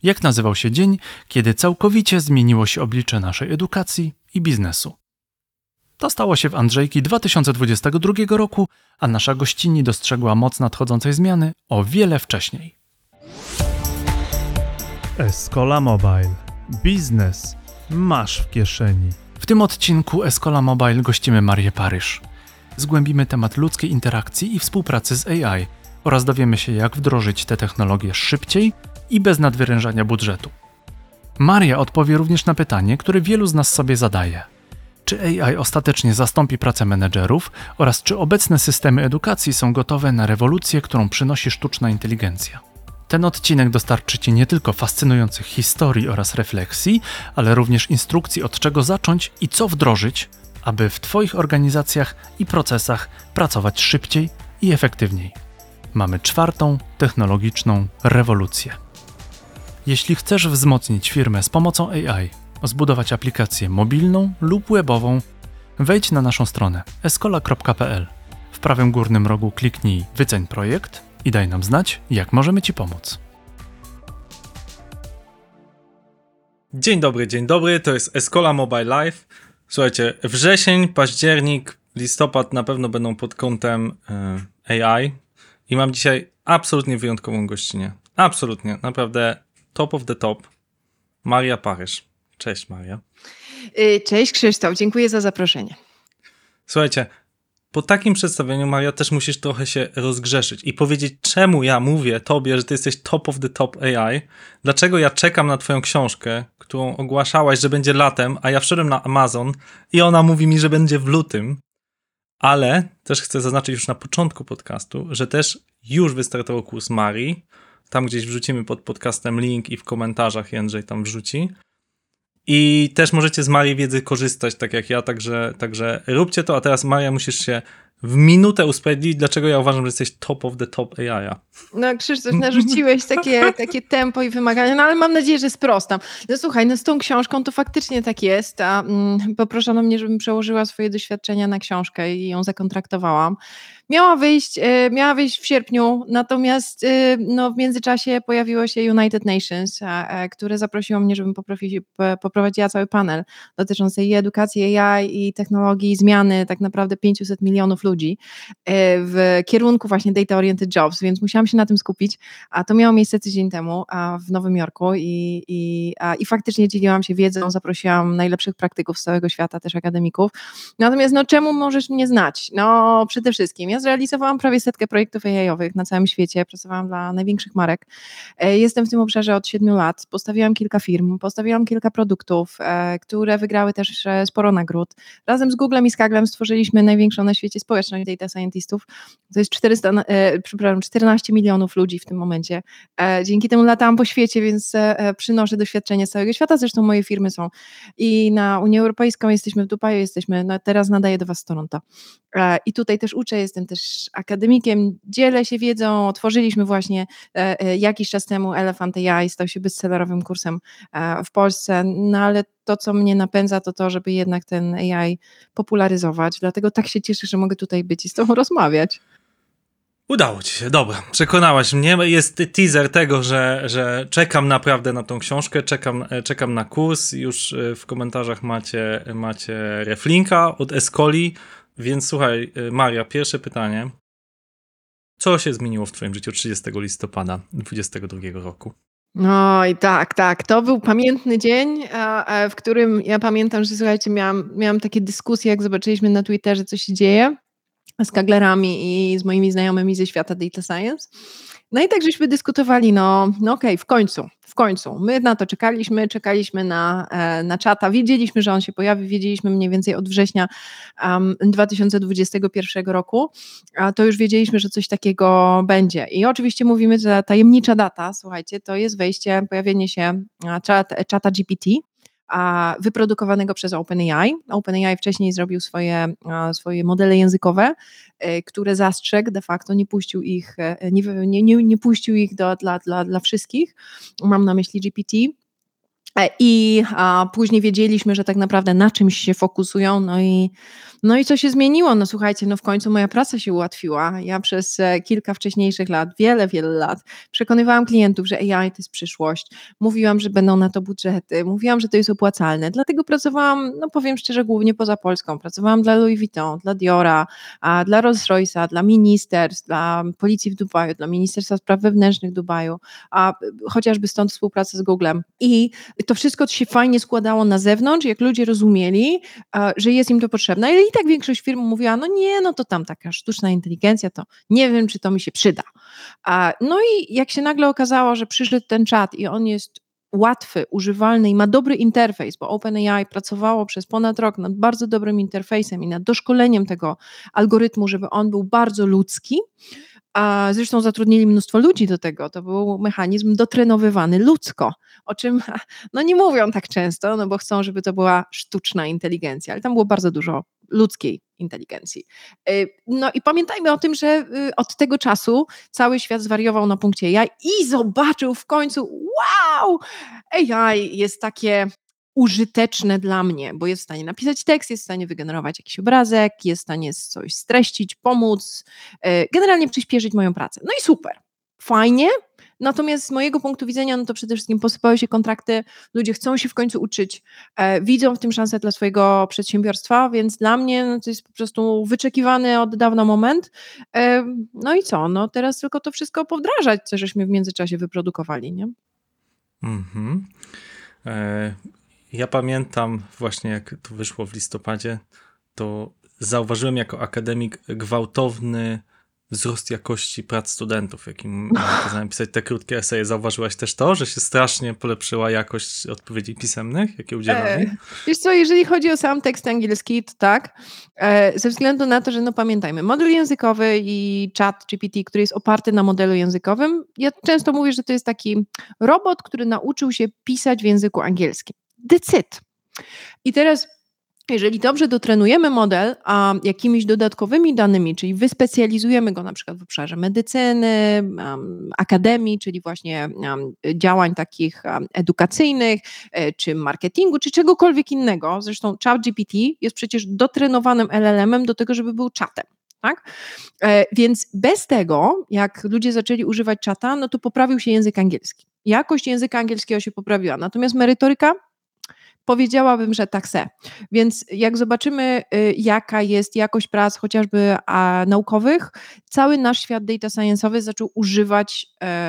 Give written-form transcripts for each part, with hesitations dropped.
Jak nazywał się dzień, kiedy całkowicie zmieniło się oblicze naszej edukacji i biznesu? To stało się w Andrzejki 2022 roku, a nasza gościni dostrzegła moc nadchodzącej zmiany o wiele wcześniej. Escola Mobile. Biznes masz w kieszeni. W tym odcinku Escola Mobile gościmy Marię Paryż. Zgłębimy temat ludzkiej interakcji i współpracy z AI oraz dowiemy się, jak wdrożyć te technologie szybciej i bez nadwyrężania budżetu. Maria odpowie również na pytanie, które wielu z nas sobie zadaje. Czy AI ostatecznie zastąpi pracę menedżerów oraz czy obecne systemy edukacji są gotowe na rewolucję, którą przynosi sztuczna inteligencja? Ten odcinek dostarczy Ci nie tylko fascynujących historii oraz refleksji, ale również instrukcji, od czego zacząć i co wdrożyć, aby w Twoich organizacjach i procesach pracować szybciej i efektywniej. Mamy czwartą technologiczną rewolucję. Jeśli chcesz wzmocnić firmę z pomocą AI, zbudować aplikację mobilną lub webową, wejdź na naszą stronę escola.pl. W prawym górnym rogu kliknij Wyceń projekt i daj nam znać, jak możemy Ci pomóc. Dzień dobry, to jest Escola Mobile Live. Słuchajcie, wrzesień, październik, listopad na pewno będą pod kątem AI i mam dzisiaj absolutnie wyjątkową gościnę. Absolutnie, naprawdę top of the top. Maria Paryż. Cześć Maria. Cześć Krzysztof, dziękuję za zaproszenie. Słuchajcie, po takim przedstawieniu, Maria, też musisz trochę się rozgrzeszyć i powiedzieć, czemu ja mówię tobie, że ty jesteś top of the top AI, dlaczego ja czekam na twoją książkę, którą ogłaszałaś, że będzie latem, a ja wszedłem na Amazon i ona mówi mi, że będzie w lutym, ale też chcę zaznaczyć już na początku podcastu, że też już wystartował kurs Marii, tam gdzieś wrzucimy pod podcastem link i w komentarzach Jędrzej tam wrzuci. I też możecie z Marii wiedzy korzystać, tak jak ja, także róbcie to, a teraz Maria musisz się w minutę usprawiedliwić, dlaczego ja uważam, że jesteś top of the top AI. No Krzysztof, narzuciłeś takie tempo i wymagania, no ale mam nadzieję, że sprostam. No słuchaj, no z tą książką to faktycznie tak jest, a poproszono mnie, żebym przełożyła swoje doświadczenia na książkę i ją zakontraktowałam. Miała wyjść w sierpniu, natomiast no, w międzyczasie pojawiło się United Nations, które zaprosiło mnie, żebym poprowadziła cały panel dotyczący i edukacji AI i technologii i zmiany tak naprawdę 500 milionów ludzi w kierunku właśnie Data Oriented Jobs, więc musiałam się na tym skupić, a to miało miejsce tydzień temu w Nowym Jorku i faktycznie dzieliłam się wiedzą, zaprosiłam najlepszych praktyków z całego świata, też akademików. Natomiast no czemu możesz mnie znać? No przede wszystkim ja zrealizowałam prawie 100 projektów AI-owych na całym świecie, pracowałam dla największych marek. Jestem w tym obszarze od 7 lat, postawiłam kilka firm, postawiłam kilka produktów, które wygrały też sporo nagród. Razem z Googlem i Skaglem stworzyliśmy największą na świecie społeczność data scientistów. To jest 14 milionów ludzi w tym momencie. Dzięki temu latałam po świecie, więc przynoszę doświadczenie z całego świata. Zresztą moje firmy są i na Unię Europejską, jesteśmy w Dubaju, teraz nadaję do Was z Toronto. I tutaj też uczę, jestem też akademikiem, dzielę się wiedzą, otworzyliśmy właśnie jakiś czas temu Elephant AI, stał się bestsellerowym kursem w Polsce, no ale to, co mnie napędza, to to, żeby jednak ten AI popularyzować, dlatego tak się cieszę, że mogę tutaj być i z Tobą rozmawiać. Udało ci się, dobra, przekonałaś mnie, jest teaser tego, że czekam naprawdę na tą książkę, czekam na kurs, już w komentarzach macie reflinka od Escoli, więc słuchaj Maria, pierwsze pytanie, co się zmieniło w twoim życiu 30 listopada 2022 roku? No i tak, to był pamiętny dzień, w którym ja pamiętam, że słuchajcie, miałam takie dyskusje, jak zobaczyliśmy na Twitterze, co się dzieje z Kaglerami i z moimi znajomymi ze świata data science. No i tak żeśmy dyskutowali, no okej, w końcu. My na to czekaliśmy na czata, wiedzieliśmy, że on się pojawi, wiedzieliśmy mniej więcej od września 2021 roku, a to już wiedzieliśmy, że coś takiego będzie. I oczywiście mówimy, że tajemnicza data, słuchajcie, to jest pojawienie się czata GPT, wyprodukowanego przez OpenAI. OpenAI wcześniej zrobił swoje modele językowe, które zastrzegł de facto, nie puścił ich, nie puścił ich dla wszystkich. Mam na myśli GPT. Później wiedzieliśmy, że tak naprawdę na czymś się fokusują, no i co się zmieniło? No słuchajcie, no w końcu moja praca się ułatwiła. Ja przez kilka wcześniejszych lat, wiele lat przekonywałam klientów, że AI to jest przyszłość. Mówiłam, że będą na to budżety, mówiłam, że to jest opłacalne. Dlatego pracowałam, no powiem szczerze, głównie poza Polską. Pracowałam dla Louis Vuitton, dla Diora, dla Rolls-Royce'a, dla ministerstw, dla policji w Dubaju, dla Ministerstwa Spraw Wewnętrznych Dubaju, a chociażby stąd współpraca z Googlem. I to wszystko się fajnie składało na zewnątrz, jak ludzie rozumieli, że jest im to potrzebne. Ale i tak większość firm mówiła, no nie, no to tam taka sztuczna inteligencja, to nie wiem, czy to mi się przyda. No i jak się nagle okazało, że przyszedł ten czat i on jest łatwy, używalny i ma dobry interfejs, bo OpenAI pracowało przez ponad rok nad bardzo dobrym interfejsem i nad doszkoleniem tego algorytmu, żeby on był bardzo ludzki, a zresztą zatrudnili mnóstwo ludzi do tego. To był mechanizm dotrenowywany ludzko, o czym no nie mówią tak często, no bo chcą, żeby to była sztuczna inteligencja, ale tam było bardzo dużo ludzkiej inteligencji. No i pamiętajmy o tym, że od tego czasu cały świat zwariował na punkcie AI i zobaczył w końcu, wow, AI jest takie użyteczne dla mnie, bo jest w stanie napisać tekst, jest w stanie wygenerować jakiś obrazek, jest w stanie coś streścić, pomóc, generalnie przyspieszyć moją pracę. No i super, fajnie, natomiast z mojego punktu widzenia, no to przede wszystkim posypały się kontrakty, ludzie chcą się w końcu uczyć, widzą w tym szansę dla swojego przedsiębiorstwa, więc dla mnie no to jest po prostu wyczekiwany od dawna moment. No i co? No teraz tylko to wszystko powdrażać, co żeśmy w międzyczasie wyprodukowali, nie? Mhm. Ja pamiętam właśnie, jak to wyszło w listopadzie, to zauważyłem jako akademik gwałtowny wzrost jakości prac studentów, jakim kazałem pisać te krótkie eseje. Zauważyłaś też to, że się strasznie polepszyła jakość odpowiedzi pisemnych, jakie udzielali? Wiesz co, jeżeli chodzi o sam tekst angielski, to tak, ze względu na to, że no pamiętajmy, model językowy i chat GPT, który jest oparty na modelu językowym, ja często mówię, że to jest taki robot, który nauczył się pisać w języku angielskim. That's it. I teraz jeżeli dobrze dotrenujemy model jakimiś dodatkowymi danymi, czyli wyspecjalizujemy go na przykład w obszarze medycyny, akademii, czyli właśnie działań takich edukacyjnych, czy marketingu, czy czegokolwiek innego, zresztą ChatGPT jest przecież dotrenowanym LLM-em do tego, żeby był czatem. Tak? Więc bez tego, jak ludzie zaczęli używać czata, no to poprawił się język angielski. Jakość języka angielskiego się poprawiła, natomiast merytoryka powiedziałabym, że tak se. Więc jak zobaczymy, jaka jest jakość prac chociażby naukowych, cały nasz świat data science'owy zaczął używać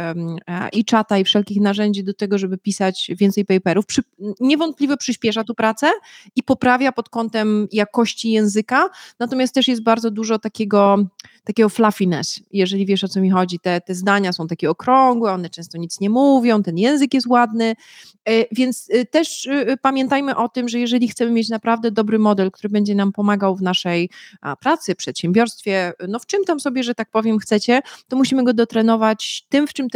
i czata, i wszelkich narzędzi do tego, żeby pisać więcej paperów. Niewątpliwie przyspiesza tu pracę i poprawia pod kątem jakości języka, natomiast też jest bardzo dużo takiego fluffiness, jeżeli wiesz, o co mi chodzi. Te zdania są takie okrągłe, one często nic nie mówią, ten język jest ładny, więc też pamiętajmy o tym, że jeżeli chcemy mieć naprawdę dobry model, który będzie nam pomagał w naszej pracy, przedsiębiorstwie, no w czym tam sobie, że tak powiem, chcecie, to musimy go dotrenować tym, w czym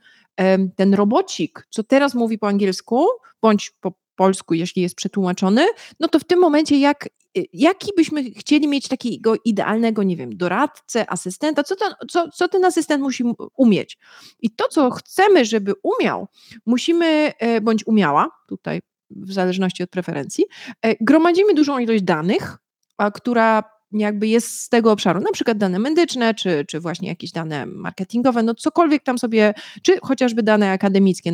ten robocik, co teraz mówi po angielsku, bądź po polsku, jeśli jest przetłumaczony, no to w tym momencie jaki byśmy chcieli mieć takiego idealnego, nie wiem, doradcę, asystenta, co ten asystent musi umieć. I to, co chcemy, żeby umiał, musimy, bądź umiała, tutaj w zależności od preferencji, gromadzimy dużą ilość danych, która jakby jest z tego obszaru, na przykład dane medyczne, czy właśnie jakieś dane marketingowe, no cokolwiek tam sobie, czy chociażby dane akademickie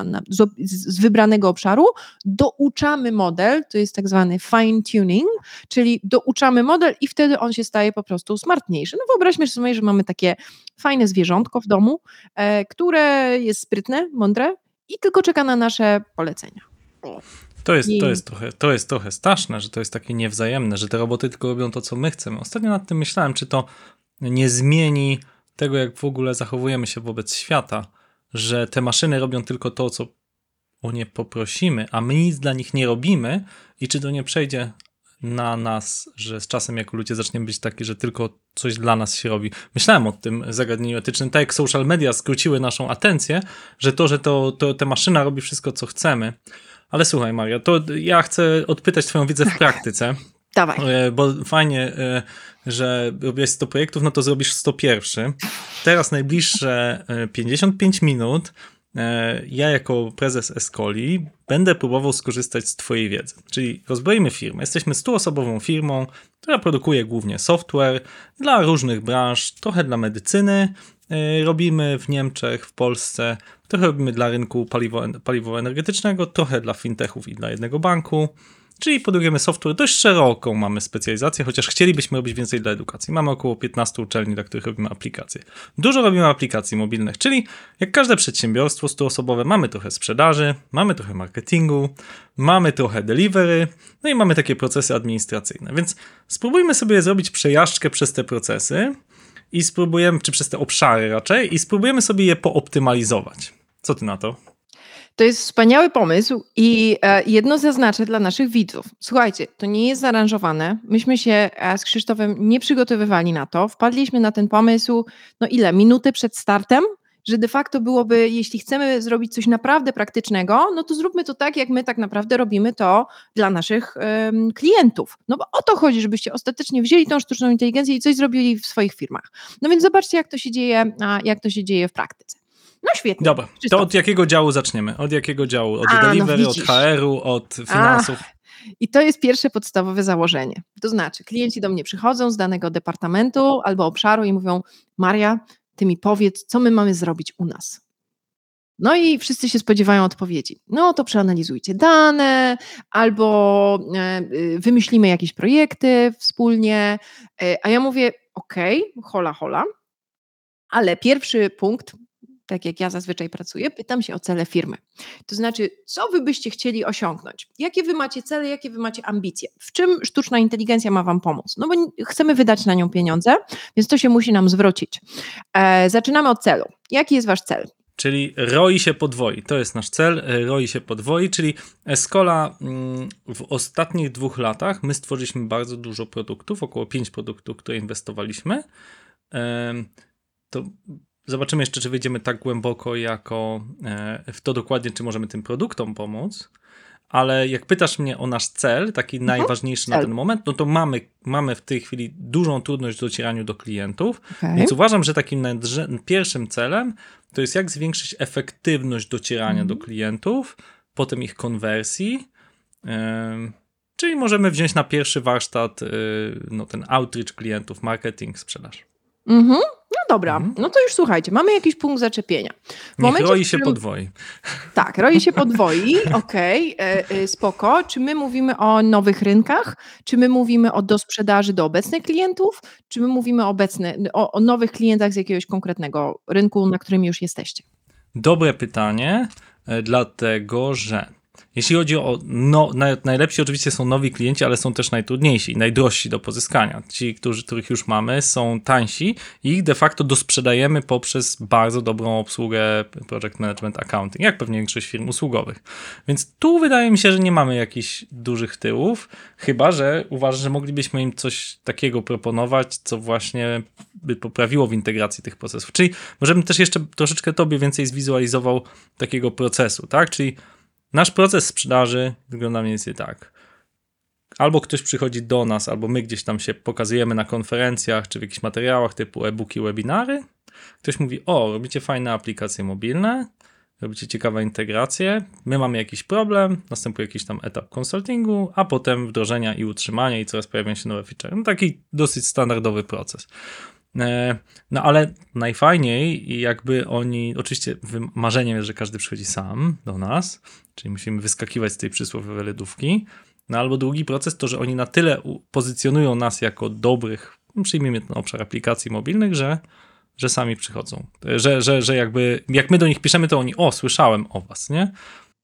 z wybranego obszaru, douczamy model, to jest tak zwany fine tuning, czyli douczamy model i wtedy on się staje po prostu smartniejszy. No wyobraźmy sobie, że mamy takie fajne zwierzątko w domu, które jest sprytne, mądre i tylko czeka na nasze polecenia. To jest trochę straszne, że to jest takie niewzajemne, że te roboty tylko robią to, co my chcemy. Ostatnio nad tym myślałem, czy to nie zmieni tego, jak w ogóle zachowujemy się wobec świata, że te maszyny robią tylko to, co o nie poprosimy, a my nic dla nich nie robimy i czy to nie przejdzie na nas, że z czasem jako ludzie zaczniemy być taki, że tylko coś dla nas się robi. Myślałem o tym zagadnieniu etycznym, tak jak social media skróciły naszą atencję, że ta maszyna robi wszystko, co chcemy. Ale słuchaj, Maria, to ja chcę odpytać twoją wiedzę w praktyce. Dawaj. Bo fajnie, że robiłeś 100 projektów, no to zrobisz 101. Teraz najbliższe 55 minut ja jako prezes Escoli będę próbował skorzystać z twojej wiedzy. Czyli rozbroimy firmę. Jesteśmy 100-osobową firmą, która produkuje głównie software dla różnych branż, trochę dla medycyny, robimy w Niemczech, w Polsce, trochę robimy dla rynku paliwowo-energetycznego, trochę dla fintechów i dla jednego banku. Czyli produkujemy software, dość szeroką mamy specjalizację, chociaż chcielibyśmy robić więcej dla edukacji. Mamy około 15 uczelni, dla których robimy aplikacje. Dużo robimy aplikacji mobilnych, czyli jak każde przedsiębiorstwo 100-osobowe mamy trochę sprzedaży, mamy trochę marketingu, mamy trochę delivery, no i mamy takie procesy administracyjne. Więc spróbujmy sobie zrobić przejażdżkę przez te procesy i spróbujemy, czy przez te obszary raczej, i spróbujemy sobie je pooptymalizować. Co ty na to? To jest wspaniały pomysł i jedno zaznaczę dla naszych widzów. Słuchajcie, to nie jest zaaranżowane. Myśmy się z Krzysztofem nie przygotowywali na to. Wpadliśmy na ten pomysł, minutę przed startem, że de facto byłoby, jeśli chcemy zrobić coś naprawdę praktycznego, no to zróbmy to tak, jak my tak naprawdę robimy to dla naszych klientów. No bo o to chodzi, żebyście ostatecznie wzięli tą sztuczną inteligencję i coś zrobili w swoich firmach. No więc zobaczcie, jak to się dzieje w praktyce. No świetnie. Dobra, to od jakiego działu zaczniemy? Od jakiego działu? Od delivery, od HR-u, od finansów? I to jest pierwsze podstawowe założenie. To znaczy, klienci do mnie przychodzą z danego departamentu albo obszaru i mówią: Maria, ty mi powiedz, co my mamy zrobić u nas. No i wszyscy się spodziewają odpowiedzi. No to przeanalizujcie dane, albo wymyślimy jakieś projekty wspólnie. A ja mówię: okej, hola, ale pierwszy punkt, tak jak ja zazwyczaj pracuję, pytam się o cele firmy. To znaczy, co wy byście chcieli osiągnąć? Jakie wy macie cele, jakie wy macie ambicje? W czym sztuczna inteligencja ma wam pomóc? No bo chcemy wydać na nią pieniądze, więc to się musi nam zwrócić. Zaczynamy od celu. Jaki jest wasz cel? Czyli ROI się podwoi. To jest nasz cel, ROI się podwoi, czyli Escola w ostatnich 2 latach my stworzyliśmy bardzo dużo produktów, około 5 produktów, które inwestowaliśmy. To zobaczymy jeszcze, czy wyjdziemy tak głęboko jako w to dokładnie, czy możemy tym produktom pomóc, ale jak pytasz mnie o nasz cel, taki najważniejszy na ten moment, no to mamy w tej chwili dużą trudność w docieraniu do klientów, więc uważam, że takim pierwszym celem to jest jak zwiększyć efektywność docierania do klientów, potem ich konwersji, czyli możemy wziąć na pierwszy warsztat ten outreach klientów, marketing, sprzedaż. No dobra, no to już słuchajcie, mamy jakiś punkt zaczepienia. Niech ROI się podwoi. Tak, ROI się podwoi, okej, spoko. Czy my mówimy o nowych rynkach? Czy my mówimy o dosprzedaży do obecnych klientów? Czy my mówimy o nowych klientach z jakiegoś konkretnego rynku, na którym już jesteście? Dobre pytanie, dlatego że jeśli chodzi o najlepsi oczywiście są nowi klienci, ale są też najtrudniejsi i najdrożsi do pozyskania. Ci, których już mamy, są tańsi i ich de facto dosprzedajemy poprzez bardzo dobrą obsługę project management accounting, jak pewnie większość firm usługowych. Więc tu wydaje mi się, że nie mamy jakichś dużych tyłów, chyba że uważam, że moglibyśmy im coś takiego proponować, co właśnie by poprawiło w integracji tych procesów. Czyli możemy też jeszcze troszeczkę tobie więcej zwizualizował takiego procesu, tak? Czyli nasz proces sprzedaży wygląda mniej więcej tak. Albo ktoś przychodzi do nas, albo my gdzieś tam się pokazujemy na konferencjach, czy w jakichś materiałach typu e-booki, webinary. Ktoś mówi: o, robicie fajne aplikacje mobilne, robicie ciekawe integracje, my mamy jakiś problem, następuje jakiś tam etap konsultingu, a potem wdrożenia i utrzymania i coraz pojawiają się nowe feature. No taki dosyć standardowy proces. No ale najfajniej i jakby oni, oczywiście marzeniem jest, że każdy przychodzi sam do nas, czyli musimy wyskakiwać z tej przysłowiowej lodówki, no albo drugi proces to, że oni na tyle pozycjonują nas jako dobrych, przyjmijmy ten obszar aplikacji mobilnych, że sami przychodzą, że jakby jak my do nich piszemy, to oni: o, słyszałem o was, nie?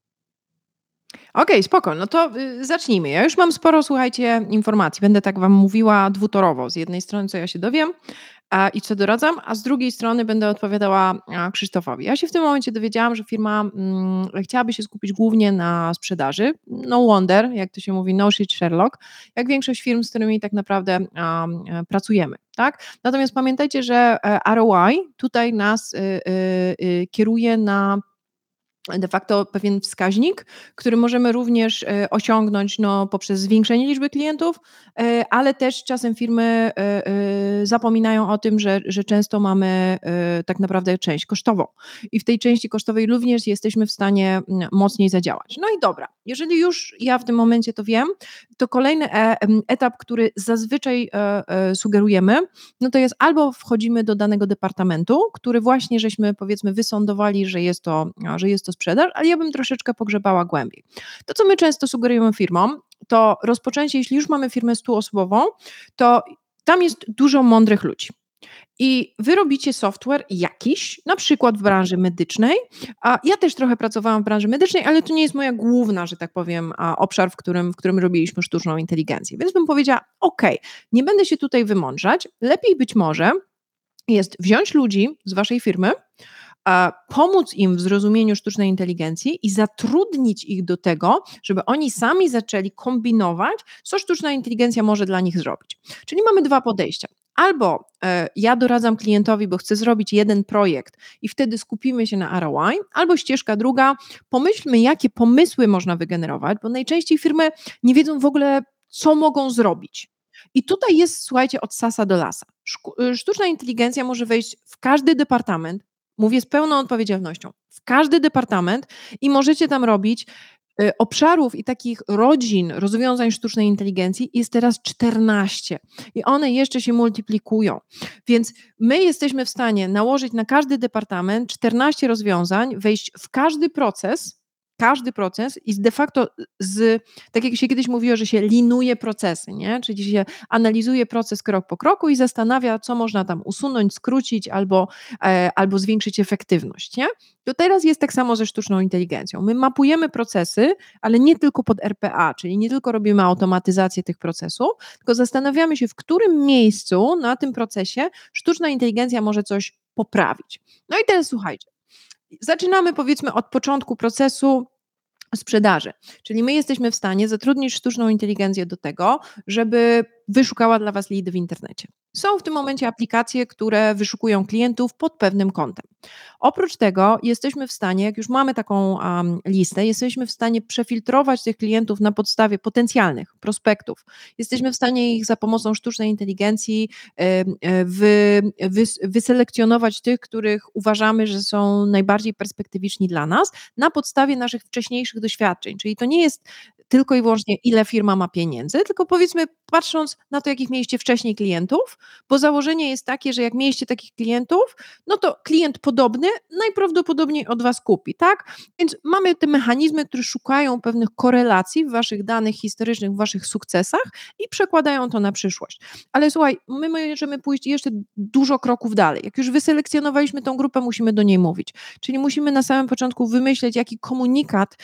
Okej, spoko, no to zacznijmy. Ja już mam sporo, słuchajcie, informacji. Będę tak wam mówiła dwutorowo. Z jednej strony, co ja się dowiem i co doradzam, a z drugiej strony będę odpowiadała Krzysztofowi. Ja się w tym momencie dowiedziałam, że firma chciałaby się skupić głównie na sprzedaży. No wonder, jak to się mówi, no shit Sherlock, jak większość firm, z którymi tak naprawdę pracujemy. Tak? Natomiast pamiętajcie, że ROI tutaj nas kieruje na de facto pewien wskaźnik, który możemy również osiągnąć poprzez zwiększenie liczby klientów, ale też czasem firmy zapominają o tym, że często mamy tak naprawdę część kosztową i w tej części kosztowej również jesteśmy w stanie mocniej zadziałać. No i dobra, jeżeli już ja w tym momencie to wiem, to kolejny etap, który zazwyczaj sugerujemy, no to jest albo wchodzimy do danego departamentu, który właśnie żeśmy powiedzmy wysądowali, że jest to sprzedaż, ale ja bym troszeczkę pogrzebała głębiej. To, co my często sugerujemy firmom, to rozpoczęcie, jeśli już mamy firmę 100-osobową, to tam jest dużo mądrych ludzi. I wy robicie software jakiś, na przykład w branży medycznej, a ja też trochę pracowałam w branży medycznej, ale to nie jest moja główna, że tak powiem, obszar, w którym robiliśmy sztuczną inteligencję. Więc bym powiedziała, nie będę się tutaj wymądrzać, lepiej być może jest wziąć ludzi z waszej firmy, pomóc im w zrozumieniu sztucznej inteligencji i zatrudnić ich do tego, żeby oni sami zaczęli kombinować, co sztuczna inteligencja może dla nich zrobić. Czyli mamy dwa podejścia. Albo ja doradzam klientowi, bo chcę zrobić jeden projekt i wtedy skupimy się na ROI, albo ścieżka druga, pomyślmy, jakie pomysły można wygenerować, bo najczęściej firmy nie wiedzą w ogóle, co mogą zrobić. I tutaj jest, słuchajcie, od sasa do lasa. Sztuczna inteligencja może wejść w każdy departament, mówię z pełną odpowiedzialnością, w każdy departament i możecie tam robić obszarów i takich rodzin rozwiązań sztucznej inteligencji jest teraz 14 i one jeszcze się multiplikują. Więc my jesteśmy w stanie nałożyć na każdy departament 14 rozwiązań, wejść w każdy proces i de facto tak jak się kiedyś mówiło, że się linuje procesy, nie? Czyli się analizuje proces krok po kroku i zastanawia, co można tam usunąć, skrócić albo zwiększyć efektywność, nie? To teraz jest tak samo ze sztuczną inteligencją. My mapujemy procesy, ale nie tylko pod RPA, czyli nie tylko robimy automatyzację tych procesów, tylko zastanawiamy się, w którym miejscu na tym procesie sztuczna inteligencja może coś poprawić. No i teraz słuchajcie, zaczynamy powiedzmy od początku procesu sprzedaży, czyli my jesteśmy w stanie zatrudnić sztuczną inteligencję do tego, żeby wyszukała dla was leady w internecie. Są w tym momencie aplikacje, które wyszukują klientów pod pewnym kątem. Oprócz tego jesteśmy w stanie, jak już mamy taką listę, jesteśmy w stanie przefiltrować tych klientów na podstawie potencjalnych prospektów. Jesteśmy w stanie ich za pomocą sztucznej inteligencji wyselekcjonować tych, których uważamy, że są najbardziej perspektywiczni dla nas na podstawie naszych wcześniejszych doświadczeń. Czyli to nie jest tylko i wyłącznie ile firma ma pieniędzy, tylko powiedzmy patrząc na to, jakich mieliście wcześniej klientów, bo założenie jest takie, że jak mieliście takich klientów, no to klient podobny najprawdopodobniej od was kupi, tak? Więc mamy te mechanizmy, które szukają pewnych korelacji w waszych danych historycznych, w waszych sukcesach i przekładają to na przyszłość. Ale słuchaj, my możemy pójść jeszcze dużo kroków dalej. Jak już wyselekcjonowaliśmy tą grupę, musimy do niej mówić. Czyli musimy na samym początku wymyśleć, jaki komunikat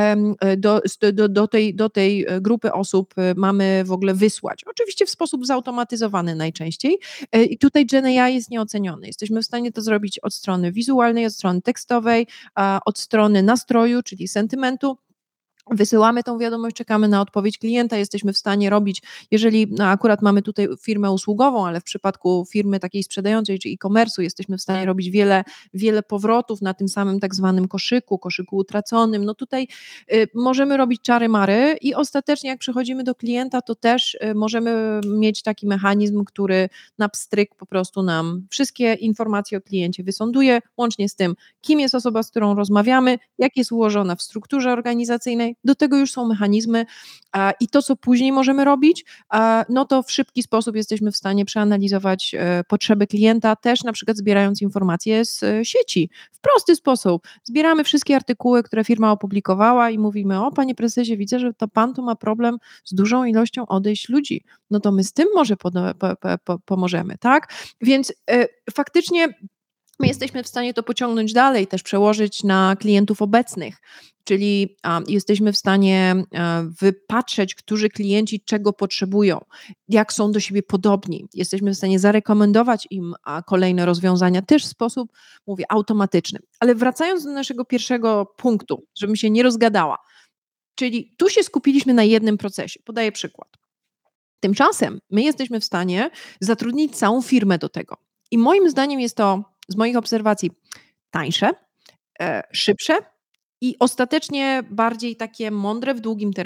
do tej grupy osób mamy w ogóle wysłać. Oczywiście w sposób zautomatyzowany najczęściej i tutaj GenAI jest nieoceniony. Jesteśmy w stanie to zrobić od strony wizualnej, od strony tekstowej, od strony nastroju, czyli sentymentu. Wysyłamy tą wiadomość, czekamy na odpowiedź klienta, jesteśmy w stanie robić, jeżeli akurat mamy tutaj firmę usługową, ale w przypadku firmy takiej sprzedającej czy e-commerce'u jesteśmy w stanie robić wiele powrotów na tym samym tak zwanym koszyku utraconym. No tutaj możemy robić czary-mary i ostatecznie jak przechodzimy do klienta, to też możemy mieć taki mechanizm, który na pstryk po prostu nam wszystkie informacje o kliencie wysąduje, łącznie z tym, kim jest osoba, z którą rozmawiamy, jak jest ułożona w strukturze organizacyjnej. Do tego już są mechanizmy i to, co później możemy robić, no to w szybki sposób jesteśmy w stanie przeanalizować potrzeby klienta, też na przykład zbierając informacje z sieci. W prosty sposób. Zbieramy wszystkie artykuły, które firma opublikowała i mówimy, o panie prezesie, widzę, że to pan tu ma problem z dużą ilością odejść ludzi. No to my z tym może pomożemy, tak? Więc faktycznie my jesteśmy w stanie to pociągnąć dalej, też przełożyć na klientów obecnych, czyli jesteśmy w stanie wypatrzeć, którzy klienci czego potrzebują, jak są do siebie podobni. Jesteśmy w stanie zarekomendować im kolejne rozwiązania, też w sposób, mówię, automatyczny. Ale wracając do naszego pierwszego punktu, żebym się nie rozgadała, czyli tu się skupiliśmy na jednym procesie. Podaję przykład. Tymczasem my jesteśmy w stanie zatrudnić całą firmę do tego. I moim zdaniem jest to z moich obserwacji tańsze, szybsze i ostatecznie bardziej takie mądre w długim terminie.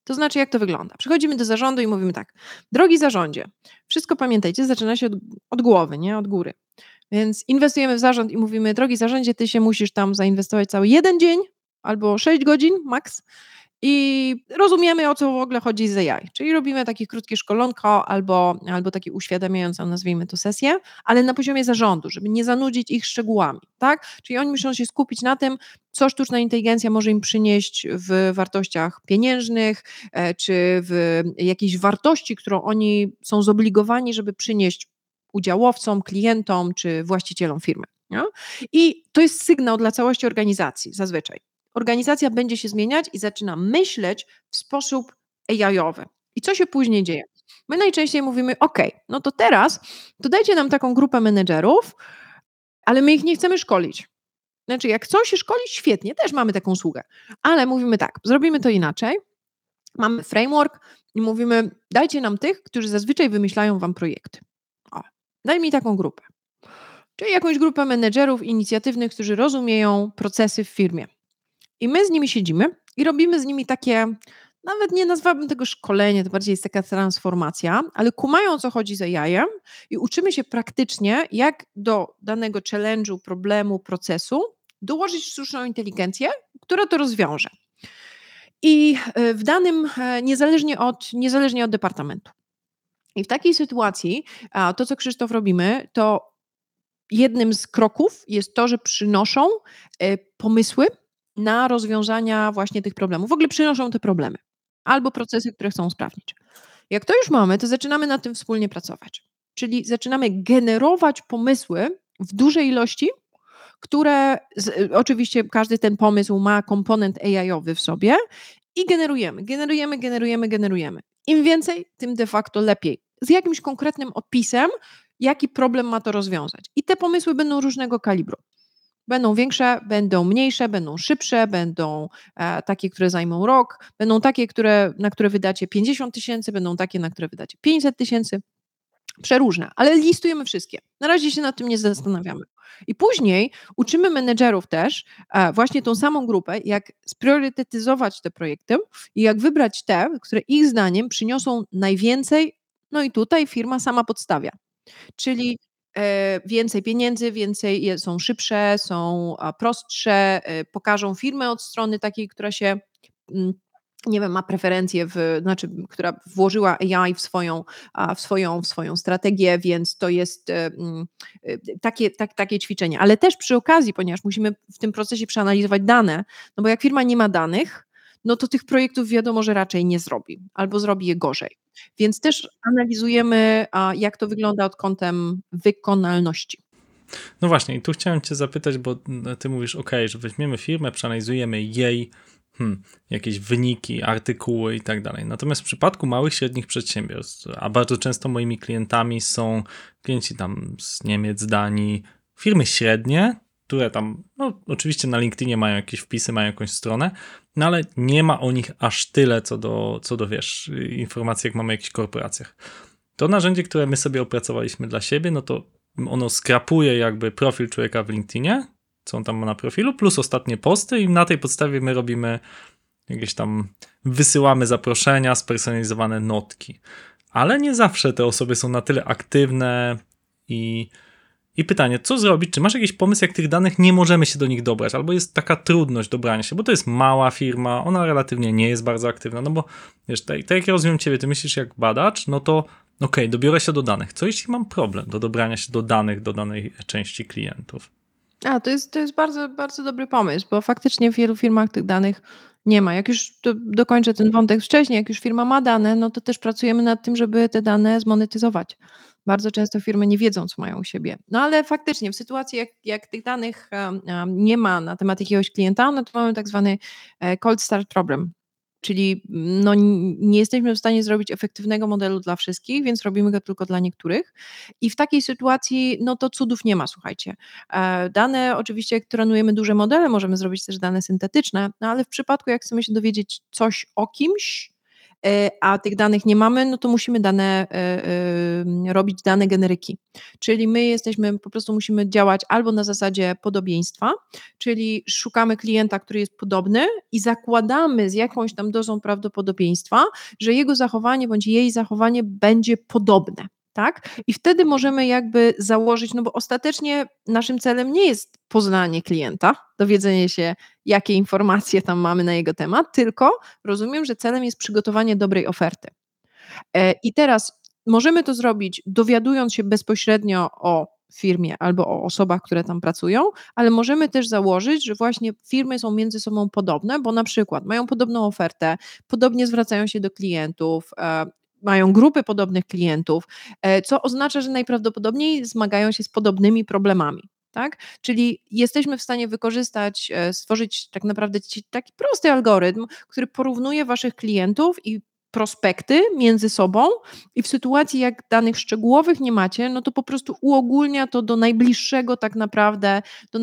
To znaczy, jak to wygląda? Przychodzimy do zarządu i mówimy tak, drogi zarządzie, wszystko pamiętajcie, zaczyna się od głowy, nie od góry. Więc inwestujemy w zarząd i mówimy, drogi zarządzie, ty się musisz tam zainwestować cały 1 dzień albo 6 godzin max i rozumiemy, o co w ogóle chodzi z AI. Czyli robimy takie krótkie szkolonko albo takie uświadamiającą, nazwijmy to, sesję, ale na poziomie zarządu, żeby nie zanudzić ich szczegółami, tak? Czyli oni muszą się skupić na tym, co sztuczna inteligencja może im przynieść w wartościach pieniężnych, czy w jakiejś wartości, którą oni są zobligowani, żeby przynieść udziałowcom, klientom czy właścicielom firmy. Nie? I to jest sygnał dla całości organizacji zazwyczaj. Organizacja będzie się zmieniać i zaczyna myśleć w sposób AI-owy. I co się później dzieje? My najczęściej mówimy, OK, no to teraz to dajcie nam taką grupę menedżerów, ale my ich nie chcemy szkolić. Znaczy, jak chcą się szkolić, świetnie, też mamy taką usługę. Ale mówimy tak, zrobimy to inaczej. Mamy framework i mówimy, dajcie nam tych, którzy zazwyczaj wymyślają wam projekty. O, daj mi taką grupę. Czyli jakąś grupę menedżerów inicjatywnych, którzy rozumieją procesy w firmie. I my z nimi siedzimy i robimy z nimi takie, nawet nie nazwałabym tego szkolenie, to bardziej jest taka transformacja, ale kumają, o co chodzi z AI-em i uczymy się praktycznie, jak do danego challenge'u, problemu, procesu dołożyć sztuczną inteligencję, która to rozwiąże. I w danym, niezależnie od departamentu. I w takiej sytuacji to, co Krzysztof robimy, to jednym z kroków jest to, że przynoszą pomysły na rozwiązania właśnie tych problemów. W ogóle przynoszą te problemy albo procesy, które chcą usprawnić. Jak to już mamy, to zaczynamy nad tym wspólnie pracować. Czyli zaczynamy generować pomysły w dużej ilości, które oczywiście każdy ten pomysł ma komponent AI-owy w sobie i generujemy. Im więcej, tym de facto lepiej. Z jakimś konkretnym opisem, jaki problem ma to rozwiązać. I te pomysły będą różnego kalibru. Będą większe, będą mniejsze, będą szybsze, będą takie, które zajmą rok, będą takie, na które wydacie 50 000, będą takie, na które wydacie 500 000. Przeróżne, ale listujemy wszystkie. Na razie się nad tym nie zastanawiamy. I później uczymy menedżerów też, właśnie tą samą grupę, jak spriorytetyzować te projekty i jak wybrać te, które ich zdaniem przyniosą najwięcej, no i tutaj firma sama podstawia. Czyli więcej pieniędzy, są szybsze, są prostsze, pokażą firmę od strony takiej, która się nie wiem, ma preferencje, która włożyła AI w swoją strategię, więc to jest takie ćwiczenie. Ale też przy okazji, ponieważ musimy w tym procesie przeanalizować dane, no bo jak firma nie ma danych, no to tych projektów wiadomo, że raczej nie zrobi, albo zrobi je gorzej. Więc też analizujemy, jak to wygląda od kątem wykonalności. No właśnie, i tu chciałem cię zapytać, bo ty mówisz, że weźmiemy firmę, przeanalizujemy jej jakieś wyniki, artykuły i tak dalej. Natomiast w przypadku małych, średnich przedsiębiorstw, a bardzo często moimi klientami są klienci tam z Niemiec, Danii, firmy średnie, które tam, no oczywiście na LinkedInie mają jakieś wpisy, mają jakąś stronę, no ale nie ma o nich aż tyle, co do wiesz, informacji, jak mamy w jakichś korporacjach. To narzędzie, które my sobie opracowaliśmy dla siebie, no to ono skrapuje jakby profil człowieka w LinkedInie, co on tam ma na profilu, plus ostatnie posty i na tej podstawie my robimy jakieś tam, wysyłamy zaproszenia, spersonalizowane notki. Ale nie zawsze te osoby są na tyle aktywne i pytanie, co zrobić? Czy masz jakiś pomysł, jak tych danych nie możemy się do nich dobrać? Albo jest taka trudność dobrania się, bo to jest mała firma, ona relatywnie nie jest bardzo aktywna, no bo wiesz, tak jak ja rozumiem ciebie, ty myślisz jak badacz, no to dobiorę się do danych. Co jeśli mam problem do dobrania się do danych, do danej części klientów? To jest bardzo, bardzo dobry pomysł, bo faktycznie w wielu firmach tych danych nie ma. Jak już dokończę ten wątek wcześniej, jak już firma ma dane, no to też pracujemy nad tym, żeby te dane zmonetyzować. Bardzo często firmy nie wiedzą, co mają u siebie. No ale faktycznie w sytuacji, jak tych danych nie ma na temat jakiegoś klienta, no to mamy tak zwany cold start problem. Czyli no, nie jesteśmy w stanie zrobić efektywnego modelu dla wszystkich, więc robimy go tylko dla niektórych. I w takiej sytuacji, no to cudów nie ma, słuchajcie. Dane, oczywiście, jak trenujemy duże modele, możemy zrobić też dane syntetyczne, no ale w przypadku, jak chcemy się dowiedzieć coś o kimś, a tych danych nie mamy, no to musimy robić dane generyki. Czyli my po prostu musimy działać albo na zasadzie podobieństwa, czyli szukamy klienta, który jest podobny i zakładamy z jakąś tam dozą prawdopodobieństwa, że jego zachowanie bądź jej zachowanie będzie podobne. Tak? I wtedy możemy jakby założyć, no bo ostatecznie naszym celem nie jest poznanie klienta, dowiedzenie się, jakie informacje tam mamy na jego temat, tylko rozumiem, że celem jest przygotowanie dobrej oferty. I teraz możemy to zrobić, dowiadując się bezpośrednio o firmie albo o osobach, które tam pracują, ale możemy też założyć, że właśnie firmy są między sobą podobne, bo na przykład mają podobną ofertę, podobnie zwracają się do klientów, mają grupy podobnych klientów, co oznacza, że najprawdopodobniej zmagają się z podobnymi problemami. Tak? Czyli jesteśmy w stanie wykorzystać, stworzyć tak naprawdę taki prosty algorytm, który porównuje waszych klientów i prospekty między sobą i w sytuacji, jak danych szczegółowych nie macie, no to po prostu uogólnia to do najbliższego tak naprawdę, do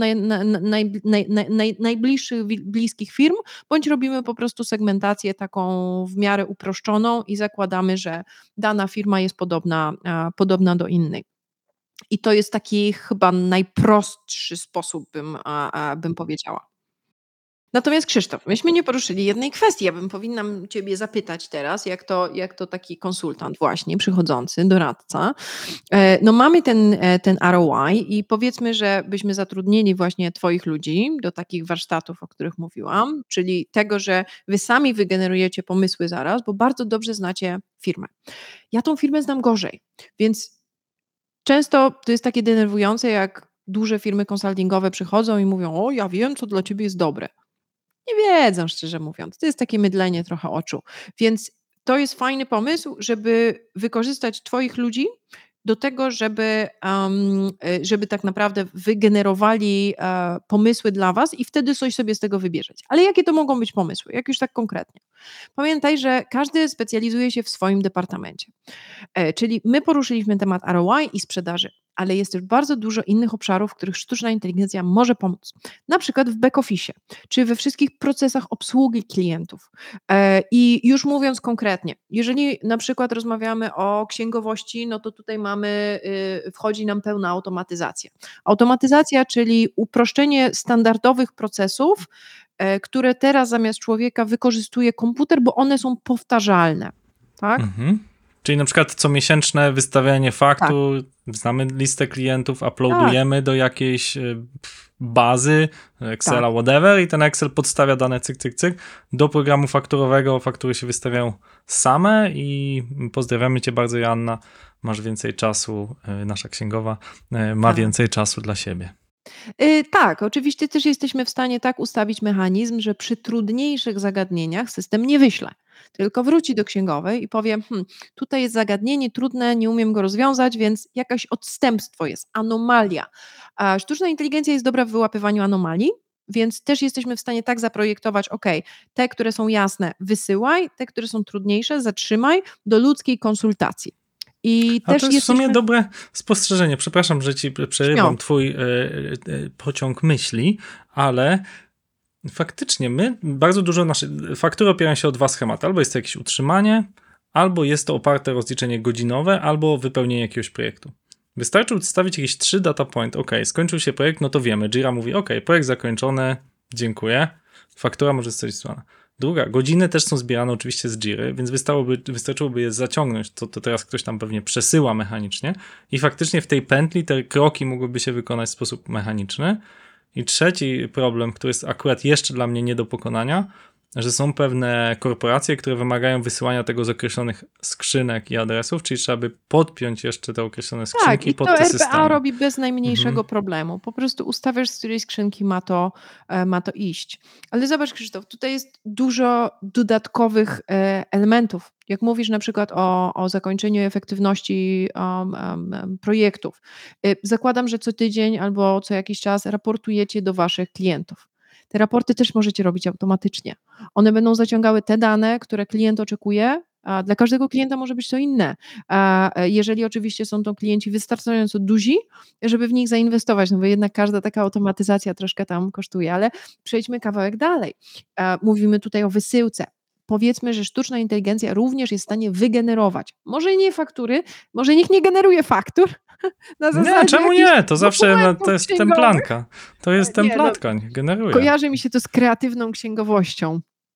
najbliższych bliskich firm, bądź robimy po prostu segmentację taką w miarę uproszczoną i zakładamy, że dana firma jest podobna do innej. I to jest taki chyba najprostszy sposób, bym powiedziała. Natomiast Krzysztof, myśmy nie poruszyli jednej kwestii. Ja bym powinnam ciebie zapytać teraz, jak to taki konsultant właśnie, przychodzący, doradca. No mamy ten ROI i powiedzmy, że byśmy zatrudnili właśnie twoich ludzi do takich warsztatów, o których mówiłam, czyli tego, że wy sami wygenerujecie pomysły zaraz, bo bardzo dobrze znacie firmę. Ja tą firmę znam gorzej, więc często to jest takie denerwujące, jak duże firmy konsultingowe przychodzą i mówią: o, ja wiem, co dla ciebie jest dobre. Nie wiedzą, szczerze mówiąc. To jest takie mydlenie trochę oczu. Więc to jest fajny pomysł, żeby wykorzystać twoich ludzi do tego, żeby tak naprawdę wygenerowali pomysły dla was i wtedy coś sobie z tego wybierzecie. Ale jakie to mogą być pomysły? Jak już tak konkretnie? Pamiętaj, że każdy specjalizuje się w swoim departamencie. Czyli my poruszyliśmy temat ROI i sprzedaży, ale jest też bardzo dużo innych obszarów, w których sztuczna inteligencja może pomóc. Na przykład w back-office, czy we wszystkich procesach obsługi klientów. I już mówiąc konkretnie, jeżeli na przykład rozmawiamy o księgowości, no to tutaj wchodzi nam pełna automatyzacja. Automatyzacja, czyli uproszczenie standardowych procesów, które teraz zamiast człowieka wykorzystuje komputer, bo one są powtarzalne. Tak? Mhm. Czyli na przykład comiesięczne wystawianie faktur, znamy listę klientów, uploadujemy do jakiejś bazy, Excela, whatever, i ten Excel podstawia dane cyk, cyk, cyk do programu fakturowego. Faktury się wystawiają same i pozdrawiamy cię bardzo, Joanna. Masz więcej czasu, nasza księgowa ma więcej czasu dla siebie. Tak, oczywiście też jesteśmy w stanie tak ustawić mechanizm, że przy trudniejszych zagadnieniach system nie wyśle, tylko wróci do księgowej i powie: tutaj jest zagadnienie trudne, nie umiem go rozwiązać, więc jakaś odstępstwo jest, anomalia. A sztuczna inteligencja jest dobra w wyłapywaniu anomalii, więc też jesteśmy w stanie tak zaprojektować: te, które są jasne, wysyłaj, te, które są trudniejsze, zatrzymaj do ludzkiej konsultacji. A to jest w sumie dobre spostrzeżenie. Przepraszam, że ci przerywam twój pociąg myśli, ale faktycznie bardzo dużo naszych faktury opierają się o dwa schematy. Albo jest to jakieś utrzymanie, albo jest to oparte o rozliczenie godzinowe, albo wypełnienie jakiegoś projektu. Wystarczy ustawić jakieś 3 data point. Skończył się projekt, no to wiemy. Jira mówi: projekt zakończony, dziękuję. Faktura może zostać wysłana. Druga, godziny też są zbierane oczywiście z Jiry, więc wystarczyłoby je zaciągnąć, to teraz ktoś tam pewnie przesyła mechanicznie i faktycznie w tej pętli te kroki mogłyby się wykonać w sposób mechaniczny. I trzeci problem, który jest akurat jeszcze dla mnie nie do pokonania, że są pewne korporacje, które wymagają wysyłania tego z określonych skrzynek i adresów, czyli trzeba by podpiąć jeszcze te określone skrzynki pod te systemy. Tak, i to RPA robi bez najmniejszego problemu. Po prostu ustawiasz, z której skrzynki ma to iść. Ale zobacz, Krzysztof, tutaj jest dużo dodatkowych elementów. Jak mówisz na przykład o zakończeniu efektywności projektów. Zakładam, że co tydzień albo co jakiś czas raportujecie do waszych klientów. Te raporty też możecie robić automatycznie. One będą zaciągały te dane, które klient oczekuje, a dla każdego klienta może być to inne. Jeżeli oczywiście są to klienci wystarczająco duzi, żeby w nich zainwestować, no bo jednak każda taka automatyzacja troszkę tam kosztuje, ale przejdźmy kawałek dalej. Mówimy tutaj o wysyłce. powiedzmy, że sztuczna inteligencja również jest w stanie wygenerować. Może nie faktury, może niech nie generuje faktur. Na Nie, zasadzie czemu jakichś nie? To zawsze dokumentów to jest księgowych. templanka. To jest Nie, no, templatka, niech generuje. Kojarzy mi się to z kreatywną księgowością.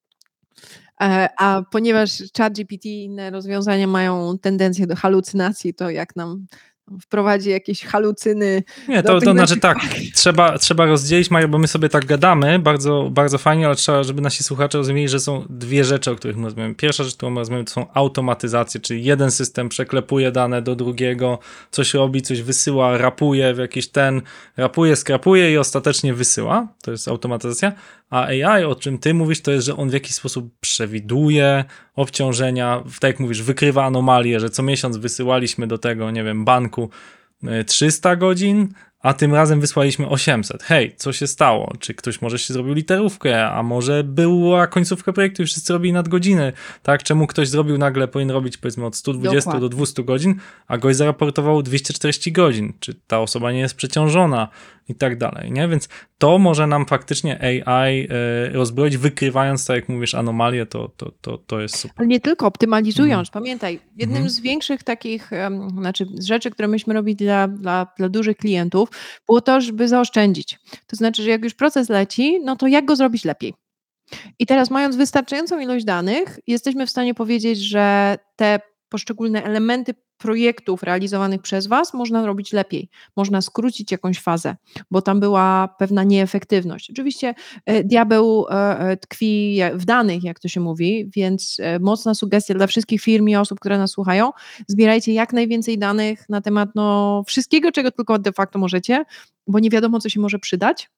A ponieważ ChatGPT i inne rozwiązania mają tendencję do halucynacji, to jak nam wprowadzi jakieś halucyny. Nie, do to tych znaczy naszych tak, trzeba rozdzielić, Mario, bo my sobie tak gadamy, bardzo, bardzo fajnie, ale trzeba, żeby nasi słuchacze rozumieli, że są dwie rzeczy, o których my rozmawiamy. Pierwsza rzecz, którą my rozmawiamy, to są automatyzacje, czyli jeden system przeklepuje dane do drugiego, coś robi, coś wysyła, rapuje w jakiś rapuje, skrapuje i ostatecznie wysyła. To jest automatyzacja. A AI, o czym ty mówisz, to jest, że on w jakiś sposób przewiduje obciążenia, tak jak mówisz, wykrywa anomalie, że co miesiąc wysyłaliśmy do tego, nie wiem, banku 300 godzin, a tym razem wysłaliśmy 800. Hej, co się stało? Czy ktoś może się zrobił literówkę, a może była końcówka projektu i wszyscy robili nadgodziny, tak? Czemu ktoś zrobił nagle, powinien robić powiedzmy od 120 do 200 godzin, a goś zaraportował 240 godzin. Czy ta osoba nie jest przeciążona i tak dalej, nie? Więc to może nam faktycznie AI rozbroić, wykrywając, tak jak mówisz, anomalie, to jest super. Ale nie tylko, optymalizując. Pamiętaj, jednym z większych takich, z rzeczy, które myśmy robili dla dużych klientów, było to, żeby zaoszczędzić. To znaczy, że jak już proces leci, no to jak go zrobić lepiej? I teraz, mając wystarczającą ilość danych, jesteśmy w stanie powiedzieć, że te poszczególne elementy projektów realizowanych przez Was można robić lepiej. Można skrócić jakąś fazę, bo tam była pewna nieefektywność. Oczywiście diabeł tkwi w danych, jak to się mówi, więc mocna sugestia dla wszystkich firm i osób, które nas słuchają. Zbierajcie jak najwięcej danych na temat wszystkiego, czego tylko de facto możecie, bo nie wiadomo, co się może przydać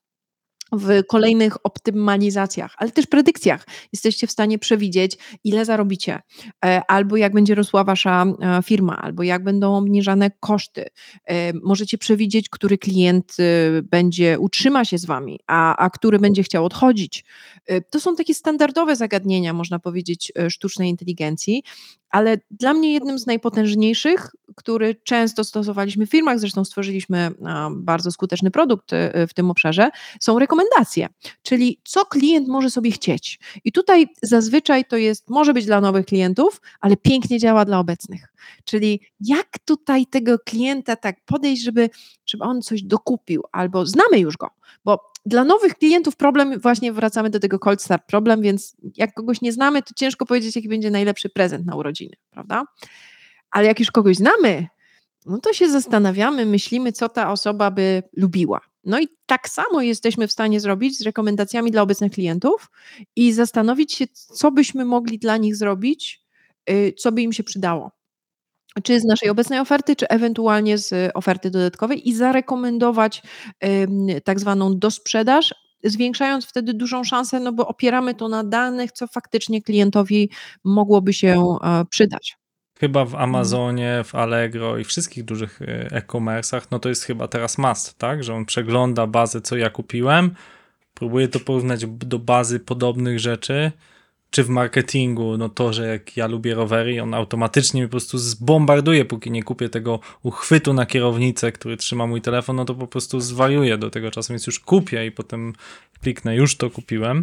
w kolejnych optymalizacjach, ale też predykcjach. Jesteście w stanie przewidzieć, ile zarobicie, albo jak będzie rosła wasza firma, albo jak będą obniżane koszty. Możecie przewidzieć, który klient utrzyma się z wami, a który będzie chciał odchodzić. To są takie standardowe zagadnienia, można powiedzieć, sztucznej inteligencji, ale dla mnie jednym z najpotężniejszych, który często stosowaliśmy w firmach, zresztą stworzyliśmy bardzo skuteczny produkt w tym obszarze, są rekomendacje, czyli co klient może sobie chcieć. I tutaj zazwyczaj to może być dla nowych klientów, ale pięknie działa dla obecnych. Czyli jak tutaj tego klienta tak podejść, żeby on coś dokupił, albo znamy już go, bo dla nowych klientów problem, właśnie wracamy do tego cold start problem, więc jak kogoś nie znamy, to ciężko powiedzieć, jaki będzie najlepszy prezent na urodziny, prawda? Ale jak już kogoś znamy, no to się zastanawiamy, myślimy, co ta osoba by lubiła. No i tak samo jesteśmy w stanie zrobić z rekomendacjami dla obecnych klientów i zastanowić się, co byśmy mogli dla nich zrobić, co by im się przydało. Czy z naszej obecnej oferty, czy ewentualnie z oferty dodatkowej i zarekomendować tak zwaną dosprzedaż, zwiększając wtedy dużą szansę, no bo opieramy to na danych, co faktycznie klientowi mogłoby się przydać. Chyba w Amazonie, w Allegro i wszystkich dużych e-commerce'ach, no to jest chyba teraz must, tak? Że on przegląda bazę, co ja kupiłem, próbuje to porównać do bazy podobnych rzeczy, czy w marketingu, no to, że jak ja lubię rowery, on automatycznie mi po prostu zbombarduje, póki nie kupię tego uchwytu na kierownicę, który trzyma mój telefon, no to po prostu zwariuję do tego czasu, więc już kupię i potem kliknę, już to kupiłem.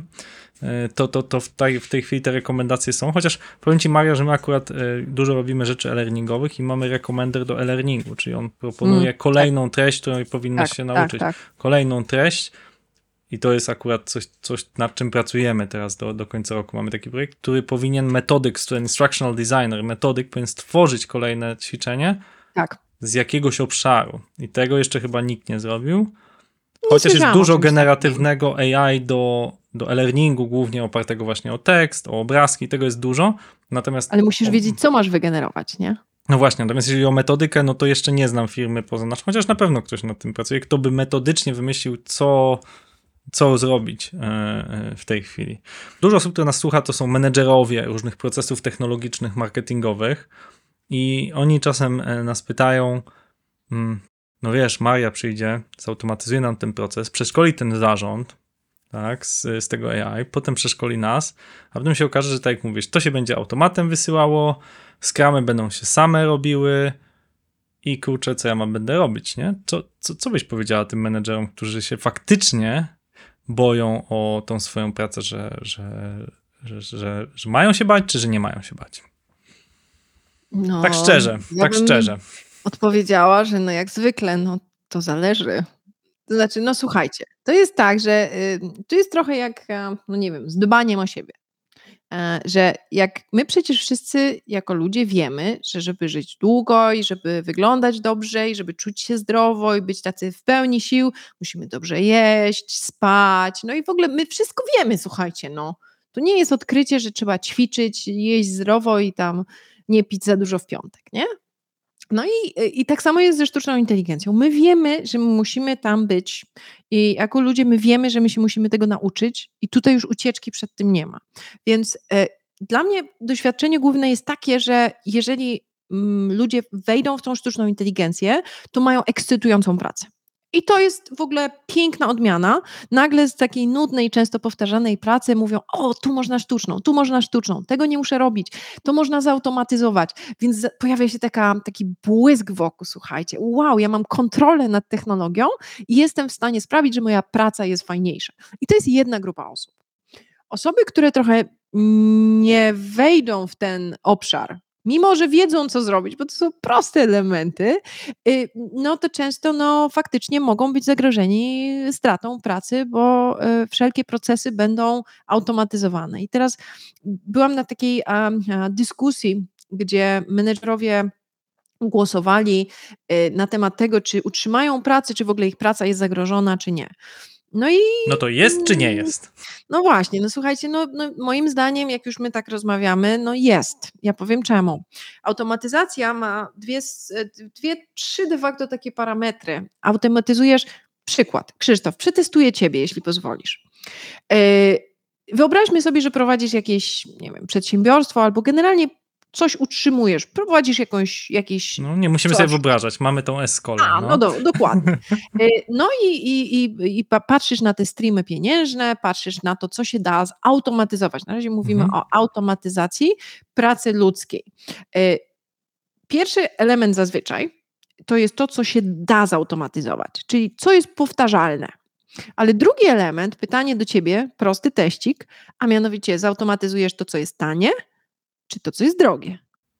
To w tej chwili te rekomendacje są, chociaż powiem Ci, Maria, że my akurat dużo robimy rzeczy e-learningowych i mamy rekomender do e-learningu, czyli on proponuje kolejną treść, której powinnaś się nauczyć. Kolejną treść. I to jest akurat coś, nad czym pracujemy teraz do końca roku. Mamy taki projekt, który powinien instructional designer, metodyk powinien stworzyć kolejne ćwiczenie z jakiegoś obszaru. I tego jeszcze chyba nikt nie zrobił. Chociaż jest dużo generatywnego AI do e-learningu, głównie opartego właśnie o tekst, o obrazki, tego jest dużo. Natomiast ale musisz wiedzieć, co masz wygenerować, nie? No właśnie, natomiast jeżeli o metodykę, no to jeszcze nie znam firmy poza naszą, chociaż na pewno ktoś nad tym pracuje, kto by metodycznie wymyślił, co zrobić w tej chwili. Dużo osób, które nas słucha, to są menedżerowie różnych procesów technologicznych, marketingowych i oni czasem nas pytają, no wiesz, Maria przyjdzie, zautomatyzuje nam ten proces, przeszkoli ten zarząd, tak, z tego AI, potem przeszkoli nas, a potem się okaże, że tak jak mówisz, to się będzie automatem wysyłało, skramy będą się same robiły i kurczę, co ja będę robić, nie? Co byś powiedziała tym menedżerom, którzy się faktycznie boją o tą swoją pracę, że mają się bać, czy że nie mają się bać? No, Tak szczerze, ja tak bym szczerze. odpowiedziała, że no jak zwykle, no to zależy. To znaczy, no słuchajcie, to jest tak, że to jest trochę jak, no nie wiem, z dbaniem o siebie. Że jak my przecież wszyscy jako ludzie wiemy, że żeby żyć długo i żeby wyglądać dobrze i żeby czuć się zdrowo i być tacy w pełni sił, musimy dobrze jeść, spać, no i w ogóle my wszystko wiemy, słuchajcie, no. To nie jest odkrycie, że trzeba ćwiczyć, jeść zdrowo i tam nie pić za dużo w piątek, nie? No i tak samo jest ze sztuczną inteligencją. My wiemy, że my musimy tam być i jako ludzie my wiemy, że my się musimy tego nauczyć i tutaj już ucieczki przed tym nie ma. Więc dla mnie doświadczenie główne jest takie, że jeżeli ludzie wejdą w tą sztuczną inteligencję, to mają ekscytującą pracę. I to jest w ogóle piękna odmiana. Nagle z takiej nudnej, często powtarzanej pracy mówią: o, tu można sztuczną, tego nie muszę robić, to można zautomatyzować. Więc pojawia się taki błysk wokół, słuchajcie, wow, ja mam kontrolę nad technologią i jestem w stanie sprawić, że moja praca jest fajniejsza. I to jest jedna grupa osób. Osoby, które trochę nie wejdą w ten obszar, mimo że wiedzą, co zrobić, bo to są proste elementy, no to często faktycznie mogą być zagrożeni stratą pracy, bo wszelkie procesy będą automatyzowane. I teraz byłam na takiej dyskusji, gdzie menedżerowie głosowali na temat tego, czy utrzymają pracę, czy w ogóle ich praca jest zagrożona, czy nie. No i No to jest, czy nie jest? no właśnie, no słuchajcie, no moim zdaniem, jak już my tak rozmawiamy, no jest. Ja powiem czemu. Automatyzacja ma trzy de facto takie parametry. Automatyzujesz, przykład, Krzysztof, przetestuję ciebie, jeśli pozwolisz. Wyobraźmy sobie, że prowadzisz jakieś, nie wiem, przedsiębiorstwo albo generalnie coś utrzymujesz, prowadzisz jakieś No nie musimy coś. sobie wyobrażać, mamy tą S-kolę. Dokładnie. No i patrzysz na te streamy pieniężne, patrzysz na to, co się da zautomatyzować. Na razie mówimy o automatyzacji pracy ludzkiej. Pierwszy element zazwyczaj to jest to, co się da zautomatyzować, czyli co jest powtarzalne. Ale drugi element, pytanie do ciebie, prosty teścik, a mianowicie zautomatyzujesz to, co jest tanie, czy to, co jest drogie?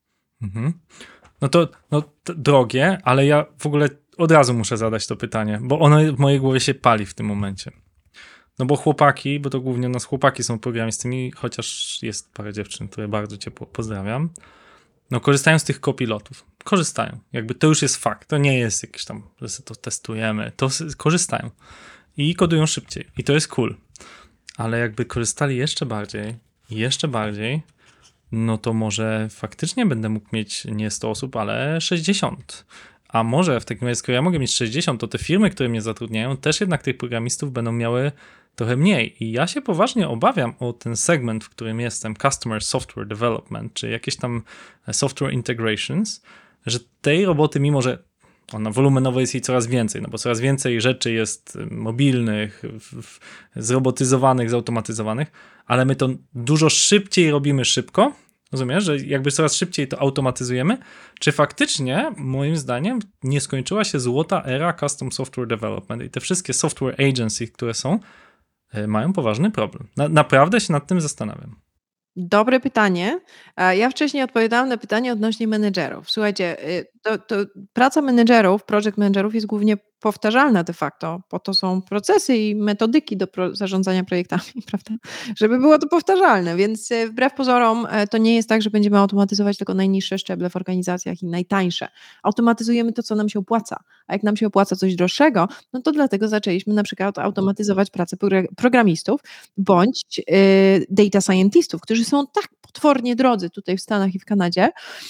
No to drogie, ale ja w ogóle od razu muszę zadać to pytanie, bo ono w mojej głowie się pali w tym momencie. No bo chłopaki, bo to głównie nas chłopaki są programistami, chociaż jest parę dziewczyn, które bardzo ciepło pozdrawiam, no korzystają z tych kopilotów. Korzystają. Jakby to już jest fakt. To nie jest jakieś tam, że sobie to testujemy. To korzystają. I kodują szybciej. I to jest cool. Ale jakby korzystali jeszcze bardziej, no to może faktycznie będę mógł mieć nie 100 osób, ale 60. A może w takim razie, skoro ja mogę mieć 60, to te firmy, które mnie zatrudniają, też jednak tych programistów będą miały trochę mniej. I ja się poważnie obawiam o ten segment, w którym jestem, Customer Software Development, czy jakieś tam Software Integrations, że tej roboty, mimo że ona wolumenowo jest jej coraz więcej, no bo coraz więcej rzeczy jest mobilnych, zrobotyzowanych, zautomatyzowanych, ale my to dużo szybciej robimy szybko, rozumiesz, że jakby coraz szybciej to automatyzujemy, czy faktycznie, moim zdaniem, nie skończyła się złota era Custom Software Development i te wszystkie software agency, które są, mają poważny problem. Naprawdę się nad tym zastanawiam. Dobre pytanie. Ja wcześniej odpowiadałam na pytanie odnośnie menedżerów. Słuchajcie, to praca menedżerów, project managerów jest głównie powtarzalna de facto. Po to są procesy i metodyki do zarządzania projektami, prawda? Żeby było to powtarzalne, więc wbrew pozorom to nie jest tak, że będziemy automatyzować tylko najniższe szczeble w organizacjach i najtańsze. Automatyzujemy to, co nam się opłaca. A jak nam się opłaca coś droższego, no to dlatego zaczęliśmy na przykład automatyzować pracę programistów bądź data scientistów, którzy są tak potwornie drodzy tutaj w Stanach i w Kanadzie,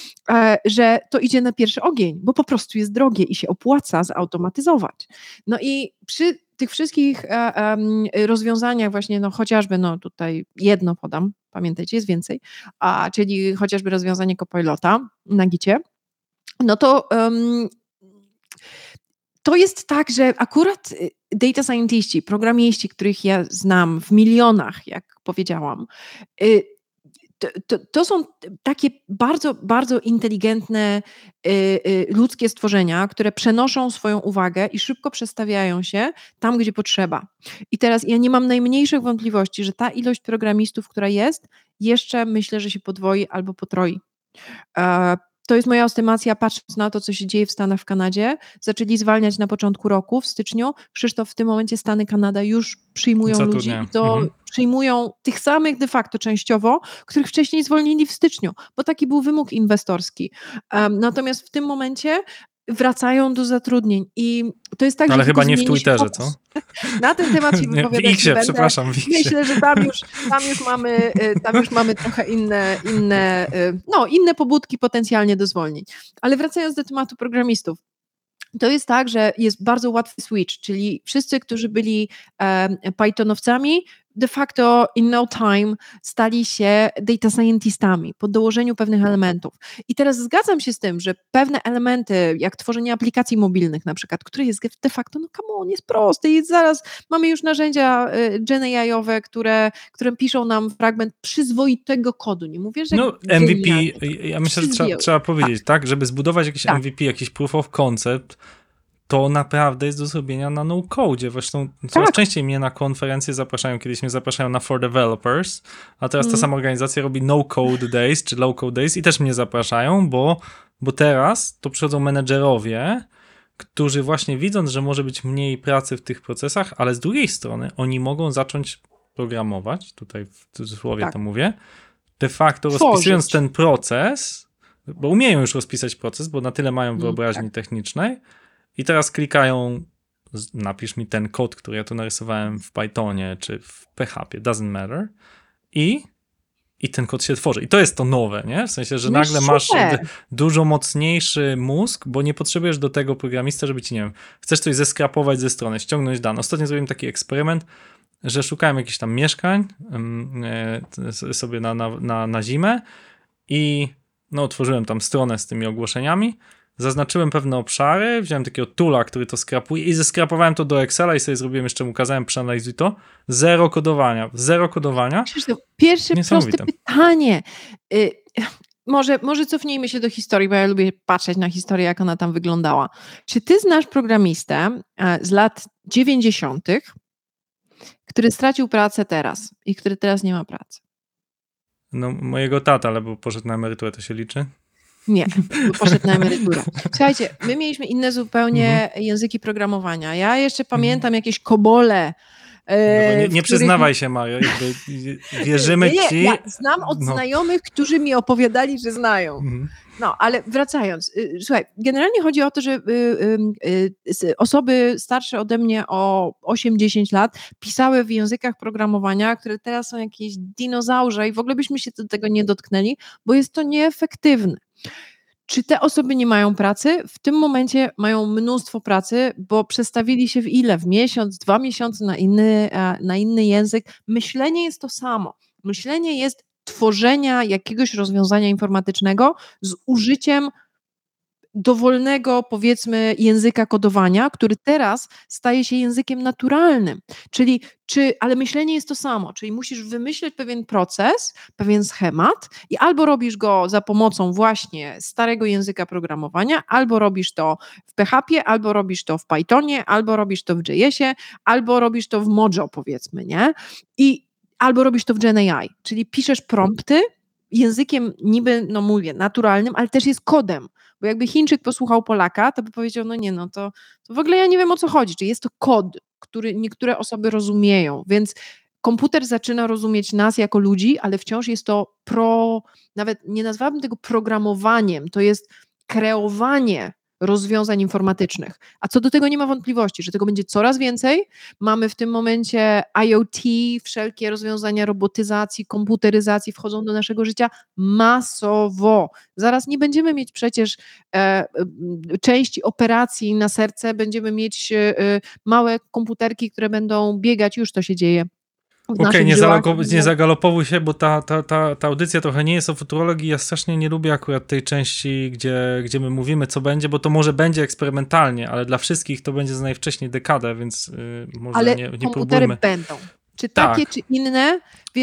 że to idzie na pierwszy ogień, bo po prostu jest drogie i się opłaca zautomatyzować. No i przy tych wszystkich rozwiązaniach właśnie, no chociażby, no tutaj jedno podam, pamiętajcie, jest więcej, czyli chociażby rozwiązanie Copilota na Gicie, no to jest tak, że akurat data scientiści, programiści, których ja znam w milionach, jak powiedziałam, to są takie bardzo, bardzo inteligentne ludzkie stworzenia, które przenoszą swoją uwagę i szybko przestawiają się tam, gdzie potrzeba. I teraz ja nie mam najmniejszych wątpliwości, że ta ilość programistów, która jest, jeszcze myślę, że się podwoi albo potroi. To jest moja estymacja, patrząc na to, co się dzieje w Stanach, w Kanadzie. Zaczęli zwalniać na początku roku, w styczniu. Krzysztof, w tym momencie Stany, Kanada już przyjmują ludzi Zatrudniają. i to przyjmują tych samych de facto częściowo, których wcześniej zwolnili w styczniu, bo taki był wymóg inwestorski. Natomiast w tym momencie wracają do zatrudnień i to jest tak, Ale że chyba tylko nie w zmieni się Twitterze, fokus. co? Na ten temat się Nie, w wypowiadać nie Xie, będę. przepraszam, w Xie. Myślę, że tam już mamy trochę inne pobudki potencjalnie do zwolnień. Ale wracając do tematu programistów. To jest tak, że jest bardzo łatwy switch, czyli wszyscy, którzy byli Pythonowcami, de facto in no time stali się data scientistami po dołożeniu pewnych elementów. I teraz zgadzam się z tym, że pewne elementy, jak tworzenie aplikacji mobilnych na przykład, które jest de facto, no come on, jest prosty i zaraz mamy już narzędzia Gen AI-owe, które piszą nam fragment przyzwoitego kodu. Nie mówię, że No MVP, genialnie. ja myślę, że trzeba powiedzieć, tak? Żeby zbudować jakiś Tak. MVP, jakiś proof of concept, to naprawdę jest do zrobienia na no-codzie. Zresztą coraz częściej mnie na konferencje zapraszają, kiedyś mnie zapraszają na For Developers, a teraz ta sama organizacja robi no-code days, czy low-code days i też mnie zapraszają, bo teraz to przychodzą menedżerowie, którzy właśnie widząc, że może być mniej pracy w tych procesach, ale z drugiej strony oni mogą zacząć programować, tutaj w cudzysłowie to mówię, de facto rozpisując ten proces, bo umieją już rozpisać proces, bo na tyle mają wyobraźni technicznej i teraz klikają, napisz mi ten kod, który ja tu narysowałem w Pythonie czy w PHP, doesn't matter, i ten kod się tworzy. I to jest to nowe, nie? W sensie, że nagle masz dużo mocniejszy mózg, bo nie potrzebujesz do tego programista, żeby ci, nie wiem, chcesz coś zeskrapować ze strony, ściągnąć dane. Ostatnio zrobiłem taki eksperyment, że szukałem jakichś tam mieszkań sobie na zimę i otworzyłem tam stronę z tymi ogłoszeniami, zaznaczyłem pewne obszary, wziąłem takiego toola, który to skrapuje i zeskrapowałem to do Excela i sobie zrobiłem jeszcze, ukazałem, przeanalizuj to. Zero kodowania. Krzysztof, pierwsze proste pytanie. Może cofnijmy się do historii, bo ja lubię patrzeć na historię, jak ona tam wyglądała. Czy ty znasz programistę z lat 90., który stracił pracę teraz i który teraz nie ma pracy? No, mojego tata, ale bo poszedł na emeryturę, to się liczy? Nie, bo poszedł na emeryturę. Słuchajcie, my mieliśmy inne zupełnie języki programowania. Ja jeszcze pamiętam jakieś kobole. Nie przyznawaj się, Mario, wierzymy ci. Ja znam od znajomych, którzy mi opowiadali, że znają. No, ale wracając. Słuchaj, generalnie chodzi o to, że osoby starsze ode mnie o 8-10 lat pisały w językach programowania, które teraz są jakieś dinozaurze i w ogóle byśmy się do tego nie dotknęli, bo jest to nieefektywne. Czy te osoby nie mają pracy? W tym momencie mają mnóstwo pracy, bo przestawili się w miesiąc, 2 miesiące na inny język. Myślenie jest to samo. Myślenie jest tworzenia jakiegoś rozwiązania informatycznego z użyciem dowolnego, powiedzmy, języka kodowania, który teraz staje się językiem naturalnym. Ale myślenie jest to samo, czyli musisz wymyśleć pewien proces, pewien schemat i albo robisz go za pomocą właśnie starego języka programowania, albo robisz to w PHP, albo robisz to w Pythonie, albo robisz to w JS-ie, albo robisz to w Mojo, powiedzmy, nie? Albo robisz to w Gen AI, czyli piszesz prompty językiem niby, mówię, naturalnym, ale też jest kodem, bo jakby Chińczyk posłuchał Polaka, to by powiedział, to w ogóle ja nie wiem, o co chodzi, czy jest to kod, który niektóre osoby rozumieją, więc komputer zaczyna rozumieć nas jako ludzi, ale wciąż jest to nawet nie nazwałabym tego programowaniem, to jest kreowanie rozwiązań informatycznych. A co do tego nie ma wątpliwości, że tego będzie coraz więcej. Mamy w tym momencie IoT, wszelkie rozwiązania robotyzacji, komputeryzacji wchodzą do naszego życia masowo. Zaraz nie będziemy mieć przecież części operacji na serce, będziemy mieć małe komputerki, które będą biegać, już to się dzieje. Okej, nie zagalopowuj się, bo ta audycja trochę nie jest o futurologii. Ja strasznie nie lubię akurat tej części, gdzie my mówimy, co będzie, bo to może będzie eksperymentalnie, ale dla wszystkich to będzie za najwcześniej dekadę, więc może ale nie komputery próbujmy. będą. Czy takie, czy inne, więc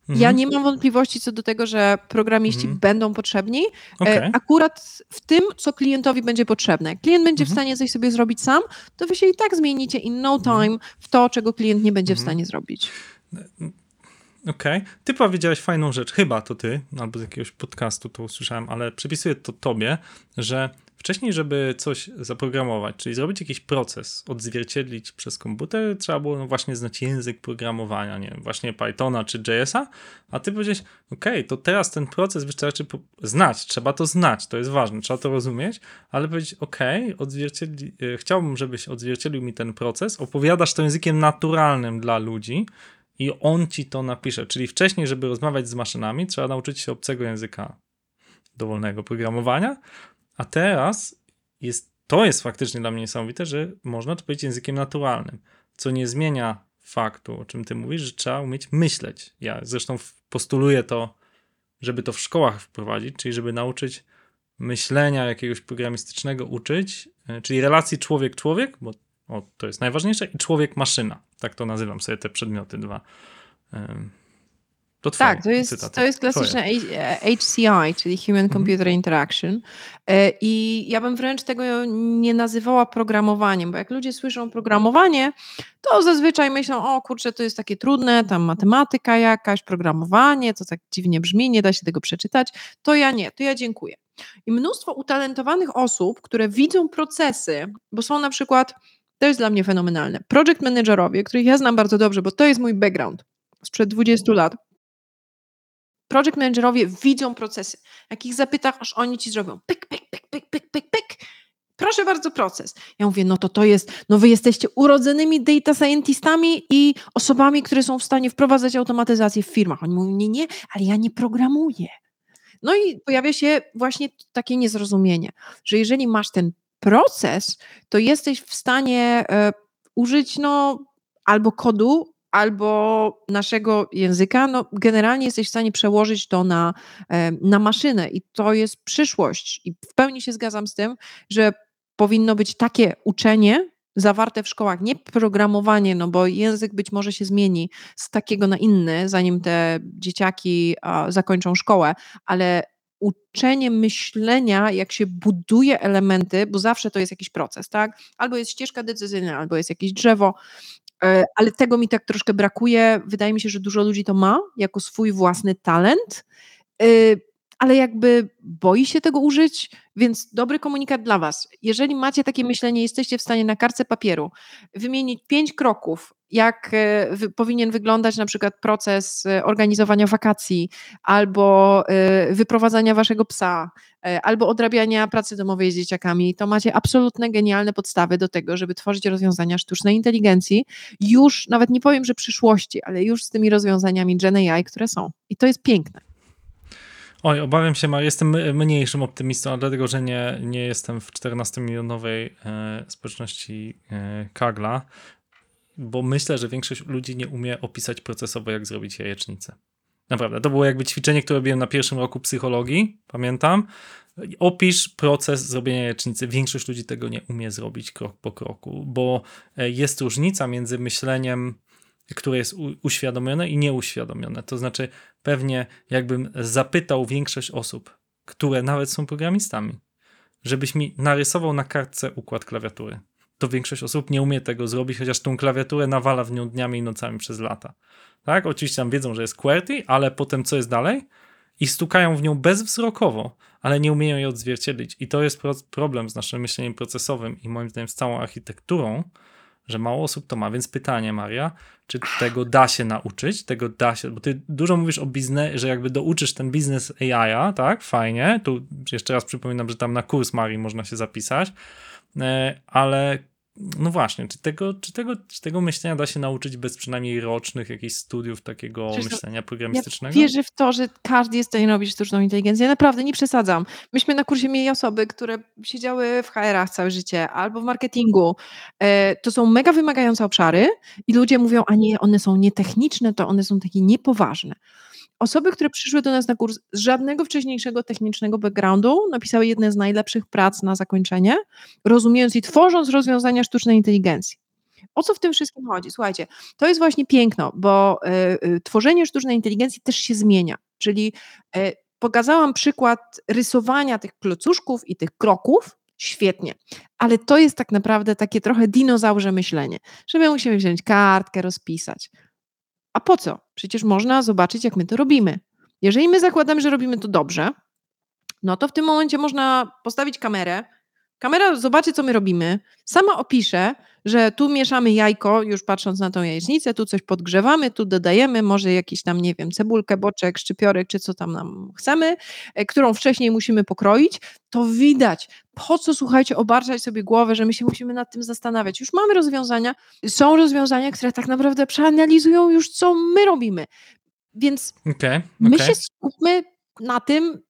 Ja nie mam wątpliwości co do tego, że programiści będą potrzebni, Okej. akurat w tym, co klientowi będzie potrzebne. Jak klient będzie w stanie coś sobie zrobić sam, to wy się i tak zmienicie in no time w to, czego klient nie będzie w stanie zrobić. Okej. Ty powiedziałeś fajną rzecz, chyba to ty, albo z jakiegoś podcastu to usłyszałem, ale przypisuję to tobie, że wcześniej, żeby coś zaprogramować, czyli zrobić jakiś proces, odzwierciedlić przez komputer, trzeba było właśnie znać język programowania, nie wiem, właśnie Pythona czy JS-a, a ty powiedziałeś, to teraz ten proces wystarczy znać, trzeba to znać, to jest ważne, trzeba to rozumieć, ale powiedzieć, chciałbym, żebyś odzwierciedlił mi ten proces, opowiadasz to językiem naturalnym dla ludzi, i on ci to napisze. Czyli wcześniej, żeby rozmawiać z maszynami, trzeba nauczyć się obcego języka dowolnego programowania, a teraz to jest faktycznie dla mnie niesamowite, że można to powiedzieć językiem naturalnym, co nie zmienia faktu, o czym ty mówisz, że trzeba umieć myśleć. Ja zresztą postuluję to, żeby to w szkołach wprowadzić, czyli żeby nauczyć myślenia jakiegoś programistycznego uczyć, czyli relacji człowiek-człowiek, bo to jest najważniejsze, i człowiek-maszyna. Tak to nazywam sobie te przedmioty dwa. To twoje Tak, cytaty. to jest klasyczne HCI, czyli Human Computer Interaction. I ja bym wręcz tego nie nazywała programowaniem, bo jak ludzie słyszą programowanie, to zazwyczaj myślą, o kurczę, to jest takie trudne, tam matematyka jakaś, programowanie, to tak dziwnie brzmi, nie da się tego przeczytać. To ja nie, to ja dziękuję. I mnóstwo utalentowanych osób, które widzą procesy, bo są na przykład, to jest dla mnie fenomenalne, project managerowie, których ja znam bardzo dobrze, bo to jest mój background sprzed 20 lat. Project managerowie widzą procesy. Jak ich zapytasz, aż oni ci zrobią pyk, pyk, pyk, pyk, pyk, pyk, pyk. Proszę bardzo, proces. Ja mówię, to jest, wy jesteście urodzonymi data scientistami i osobami, które są w stanie wprowadzać automatyzację w firmach. Oni mówią, nie, ale ja nie programuję. No i pojawia się właśnie takie niezrozumienie, że jeżeli masz ten proces, to jesteś w stanie użyć albo kodu, albo naszego języka, generalnie jesteś w stanie przełożyć to na maszynę i to jest przyszłość. I w pełni się zgadzam z tym, że powinno być takie uczenie zawarte w szkołach, nie programowanie, bo język być może się zmieni z takiego na inny, zanim te dzieciaki zakończą szkołę, ale uczenie myślenia, jak się buduje elementy, bo zawsze to jest jakiś proces, tak? Albo jest ścieżka decyzyjna, albo jest jakieś drzewo, ale tego mi tak troszkę brakuje. Wydaje mi się, że dużo ludzi to ma jako swój własny talent, ale jakby boi się tego użyć, więc dobry komunikat dla was. Jeżeli macie takie myślenie, jesteście w stanie na kartce papieru wymienić 5 kroków, jak powinien wyglądać na przykład proces organizowania wakacji, albo wyprowadzania waszego psa, albo odrabiania pracy domowej z dzieciakami, to macie absolutne genialne podstawy do tego, żeby tworzyć rozwiązania sztucznej inteligencji, już nawet nie powiem, że przyszłości, ale już z tymi rozwiązaniami Gen AI, które są. I to jest piękne. Oj, obawiam się, jestem mniejszym optymistą, dlatego, że nie jestem w 14-milionowej społeczności Kagla, bo myślę, że większość ludzi nie umie opisać procesowo, jak zrobić jajecznicę. Naprawdę, to było jakby ćwiczenie, które robiłem na pierwszym roku psychologii, pamiętam. Opisz proces zrobienia jajecznicy. Większość ludzi tego nie umie zrobić krok po kroku, bo jest różnica między myśleniem, które jest uświadomione i nieuświadomione. To znaczy pewnie jakbym zapytał większość osób, które nawet są programistami, żebyś mi narysował na kartce układ klawiatury, to większość osób nie umie tego zrobić, chociaż tą klawiaturę nawala w nią dniami i nocami przez lata. Tak? Oczywiście tam wiedzą, że jest QWERTY, ale potem co jest dalej? I stukają w nią bezwzrokowo, ale nie umieją jej odzwierciedlić. I to jest problem z naszym myśleniem procesowym i moim zdaniem z całą architekturą, że mało osób to ma. Więc pytanie, Maria, czy tego da się nauczyć? Tego da się, bo ty dużo mówisz o biznesie, że jakby douczysz ten biznes AI, tak? Fajnie. Tu jeszcze raz przypominam, że tam na kurs Marii można się zapisać, ale no właśnie, czy tego myślenia da się nauczyć bez przynajmniej rocznych jakichś studiów takiego myślenia programistycznego? Ja wierzę w to, że każdy jest w stanie robić sztuczną inteligencję. Ja naprawdę nie przesadzam. Myśmy na kursie mieli osoby, które siedziały w HR-ach całe życie albo w marketingu. To są mega wymagające obszary i ludzie mówią, a nie, one są nietechniczne, to one są takie niepoważne. Osoby, które przyszły do nas na kurs z żadnego wcześniejszego technicznego backgroundu, napisały jedne z najlepszych prac na zakończenie, rozumiejąc i tworząc rozwiązania sztucznej inteligencji. O co w tym wszystkim chodzi? Słuchajcie, to jest właśnie piękno, bo tworzenie sztucznej inteligencji też się zmienia. Czyli pokazałam przykład rysowania tych klocuszków i tych kroków, świetnie, ale to jest tak naprawdę takie trochę dinozaurze myślenie, że my musimy wziąć kartkę, rozpisać. A po co? Przecież można zobaczyć, jak my to robimy. Jeżeli my zakładamy, że robimy to dobrze, no to w tym momencie można postawić kamerę. Kamera zobaczy, co my robimy, sama opisze, że tu mieszamy jajko, już patrząc na tą jajecznicę, tu coś podgrzewamy, tu dodajemy może jakiś tam, nie wiem, cebulkę, boczek, szczypiorek, czy co tam nam chcemy, którą wcześniej musimy pokroić, to widać. Po co, słuchajcie, obarczać sobie głowę, że my się musimy nad tym zastanawiać. Już mamy rozwiązania, są rozwiązania, które tak naprawdę przeanalizują już, co my robimy. Więc my się skupmy na tym,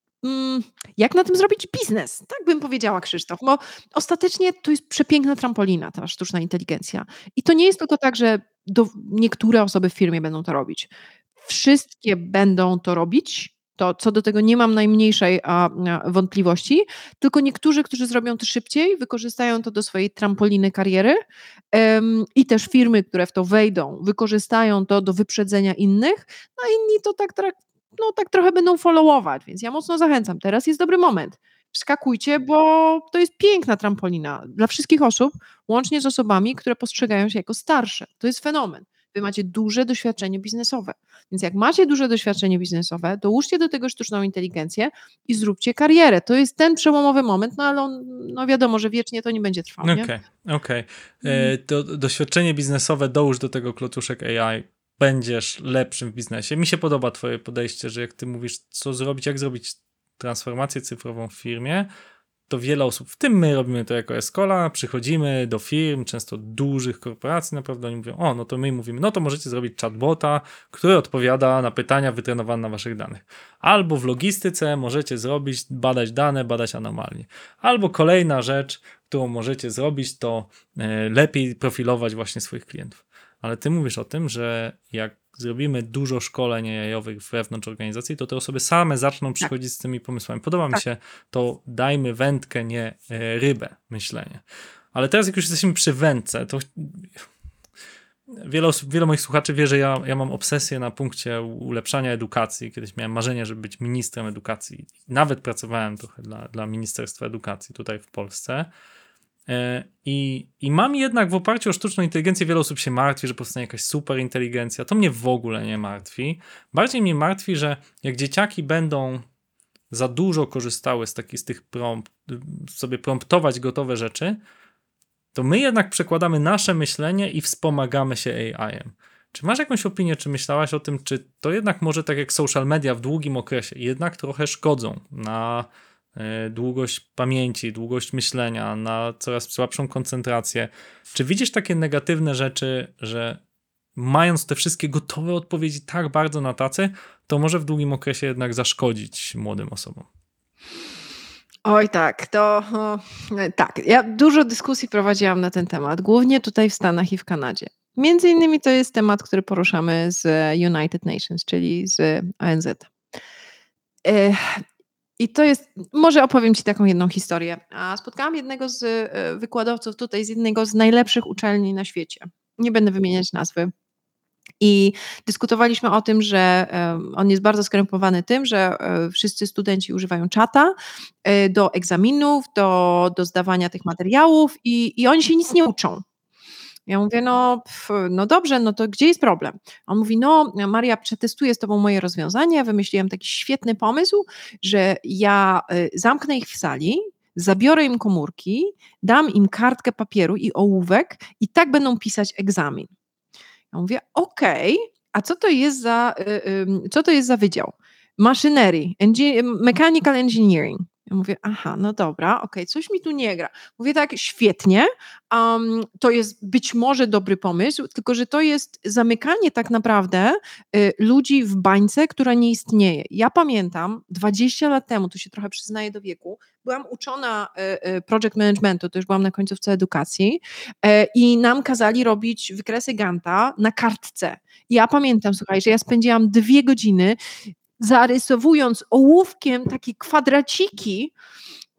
jak na tym zrobić biznes? Tak bym powiedziała, Krzysztof, bo ostatecznie to jest przepiękna trampolina, ta sztuczna inteligencja. I to nie jest tylko tak, że niektóre osoby w firmie będą to robić. Wszystkie będą to robić, to co do tego nie mam najmniejszej wątpliwości, tylko niektórzy, którzy zrobią to szybciej, wykorzystają to do swojej trampoliny kariery i też firmy, które w to wejdą, wykorzystają to do wyprzedzenia innych, a inni to tak trochę będą followować, więc ja mocno zachęcam. Teraz jest dobry moment. Wskakujcie, bo to jest piękna trampolina dla wszystkich osób, łącznie z osobami, które postrzegają się jako starsze. To jest fenomen. Wy macie duże doświadczenie biznesowe. Więc jak macie duże doświadczenie biznesowe, dołóżcie do tego sztuczną inteligencję i zróbcie karierę. To jest ten przełomowy moment, no ale no wiadomo, że wiecznie to nie będzie trwało. Okej. To doświadczenie biznesowe, dołóż do tego klocuszek AI, będziesz lepszym w biznesie. Mi się podoba twoje podejście, że jak ty mówisz, co zrobić, jak zrobić transformację cyfrową w firmie, to wiele osób, w tym my robimy to jako Escola, przychodzimy do firm, często dużych korporacji, naprawdę oni mówią, no to my mówimy, no to możecie zrobić chatbota, który odpowiada na pytania wytrenowane na waszych danych. Albo w logistyce możecie zrobić, badać dane, badać anomalie. Albo kolejna rzecz, którą możecie zrobić, to lepiej profilować właśnie swoich klientów. Ale ty mówisz o tym, że jak zrobimy dużo szkoleń AI-owych wewnątrz organizacji, to te osoby same zaczną przychodzić z tymi pomysłami. Podoba mi się to dajmy wędkę, nie rybę myślenie. Ale teraz jak już jesteśmy przy wędce, to wiele moich słuchaczy wie, że ja mam obsesję na punkcie ulepszania edukacji. Kiedyś miałem marzenie, żeby być ministrem edukacji. Nawet pracowałem trochę dla Ministerstwa Edukacji tutaj w Polsce. I mam jednak w oparciu o sztuczną inteligencję, wiele osób się martwi, że powstanie jakaś super inteligencja. To mnie w ogóle nie martwi. Bardziej mnie martwi, że jak dzieciaki będą za dużo korzystały z tych sobie promptować gotowe rzeczy, to my jednak przekładamy nasze myślenie i wspomagamy się AI-em. Czy masz jakąś opinię, czy myślałaś o tym, czy to jednak może tak jak social media w długim okresie jednak trochę szkodzą na długość pamięci, długość myślenia, na coraz słabszą koncentrację. Czy widzisz takie negatywne rzeczy, że mając te wszystkie gotowe odpowiedzi tak bardzo na tacy, to może w długim okresie jednak zaszkodzić młodym osobom? Oj tak, tak. Ja dużo dyskusji prowadziłam na ten temat, głównie tutaj w Stanach i w Kanadzie. Między innymi to jest temat, który poruszamy z United Nations, czyli z ONZ. I to jest, może opowiem ci taką jedną historię. Spotkałam jednego z wykładowców tutaj z jednego z najlepszych uczelni na świecie. Nie będę wymieniać nazwy. I dyskutowaliśmy o tym, że on jest bardzo skrępowany tym, że wszyscy studenci używają czata do egzaminów, do zdawania tych materiałów i oni się nic nie uczą. Ja mówię, no dobrze, no to gdzie jest problem? On mówi, Maria, przetestuję z tobą moje rozwiązanie, wymyśliłem taki świetny pomysł, że ja zamknę ich w sali, zabiorę im komórki, dam im kartkę papieru i ołówek i tak będą pisać egzamin. Ja mówię, okej, a co to jest za wydział? Machinery, Mechanical Engineering. Ja mówię, aha, no dobra, okej, coś mi tu nie gra. Mówię tak, świetnie, to jest być może dobry pomysł, tylko że to jest zamykanie tak naprawdę ludzi w bańce, która nie istnieje. Ja pamiętam, 20 lat temu, tu się trochę przyznaję do wieku, byłam uczona project managementu, to już byłam na końcówce edukacji i nam kazali robić wykresy Ganta na kartce. Ja pamiętam, słuchaj, że ja spędziłam 2 godziny zarysowując ołówkiem takie kwadraciki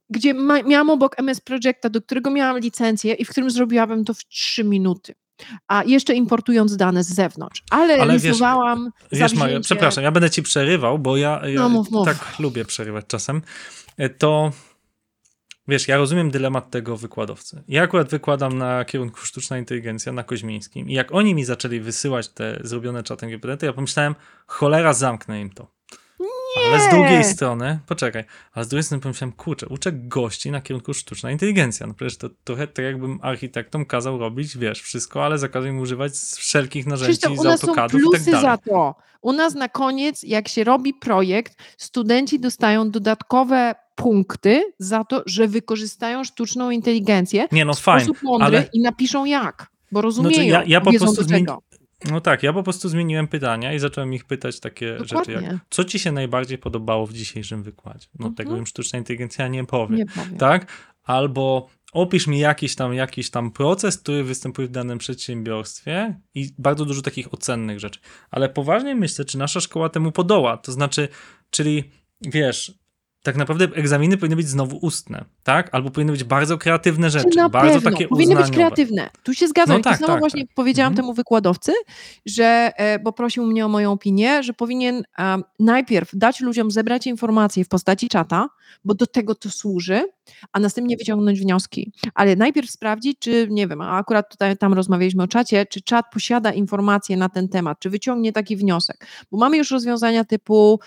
gdzie miałam obok MS Projecta, do którego miałam licencję i w którym zrobiłabym to w 3 minuty. A jeszcze importując dane z zewnątrz. Ale wiesz, rysowałam Maria, zawzięcie. przepraszam, ja będę ci przerywał, bo ja No, mów. tak lubię przerywać czasem. To wiesz, ja rozumiem dylemat tego wykładowcy. Ja akurat wykładam na kierunku sztuczna inteligencja na Koźmińskim i jak oni mi zaczęli wysyłać te zrobione czatem GPT, to ja pomyślałem, cholera, zamknę im to. Ale z drugiej strony, poczekaj, ale z drugiej strony pomyślałem, kurczę, uczę gości na kierunku sztuczna inteligencja. No przecież to trochę tak jakbym architektom kazał robić, wiesz, wszystko, ale zakazał im używać wszelkich narzędzi Krzysztof, z u nas są AutoCADów i tak plusy dalej. za to. U nas na koniec, jak się robi projekt, studenci dostają dodatkowe punkty za to, że wykorzystają sztuczną inteligencję Nie, no w fajnie, sposób mądry ale i napiszą jak, bo rozumieją, ja po wiedzą prostu do czego. No tak, ja po prostu zmieniłem pytania i zacząłem ich pytać takie rzeczy jak, co ci się najbardziej podobało w dzisiejszym wykładzie? No tego im sztuczna inteligencja nie powie. Nie powiem. Tak? Albo opisz mi jakiś tam proces, który występuje w danym przedsiębiorstwie i bardzo dużo takich ocennych rzeczy. Ale poważnie myślę, czy nasza szkoła temu podoła. To znaczy, czyli wiesz, tak naprawdę egzaminy powinny być znowu ustne, tak? Albo powinny być bardzo kreatywne rzeczy, Na bardzo pewno. takie Powinny być uznaniowe. kreatywne. Tu się zgadzam. No I tak, znowu właśnie powiedziałam temu wykładowcy, że, bo prosił mnie o moją opinię, że powinien najpierw dać ludziom zebrać informacje w postaci czata, bo do tego to służy, a następnie wyciągnąć wnioski. Ale najpierw sprawdzić, czy, nie wiem, a akurat tam rozmawialiśmy o czacie, czy czat posiada informacje na ten temat, czy wyciągnie taki wniosek. Bo mamy już rozwiązania typu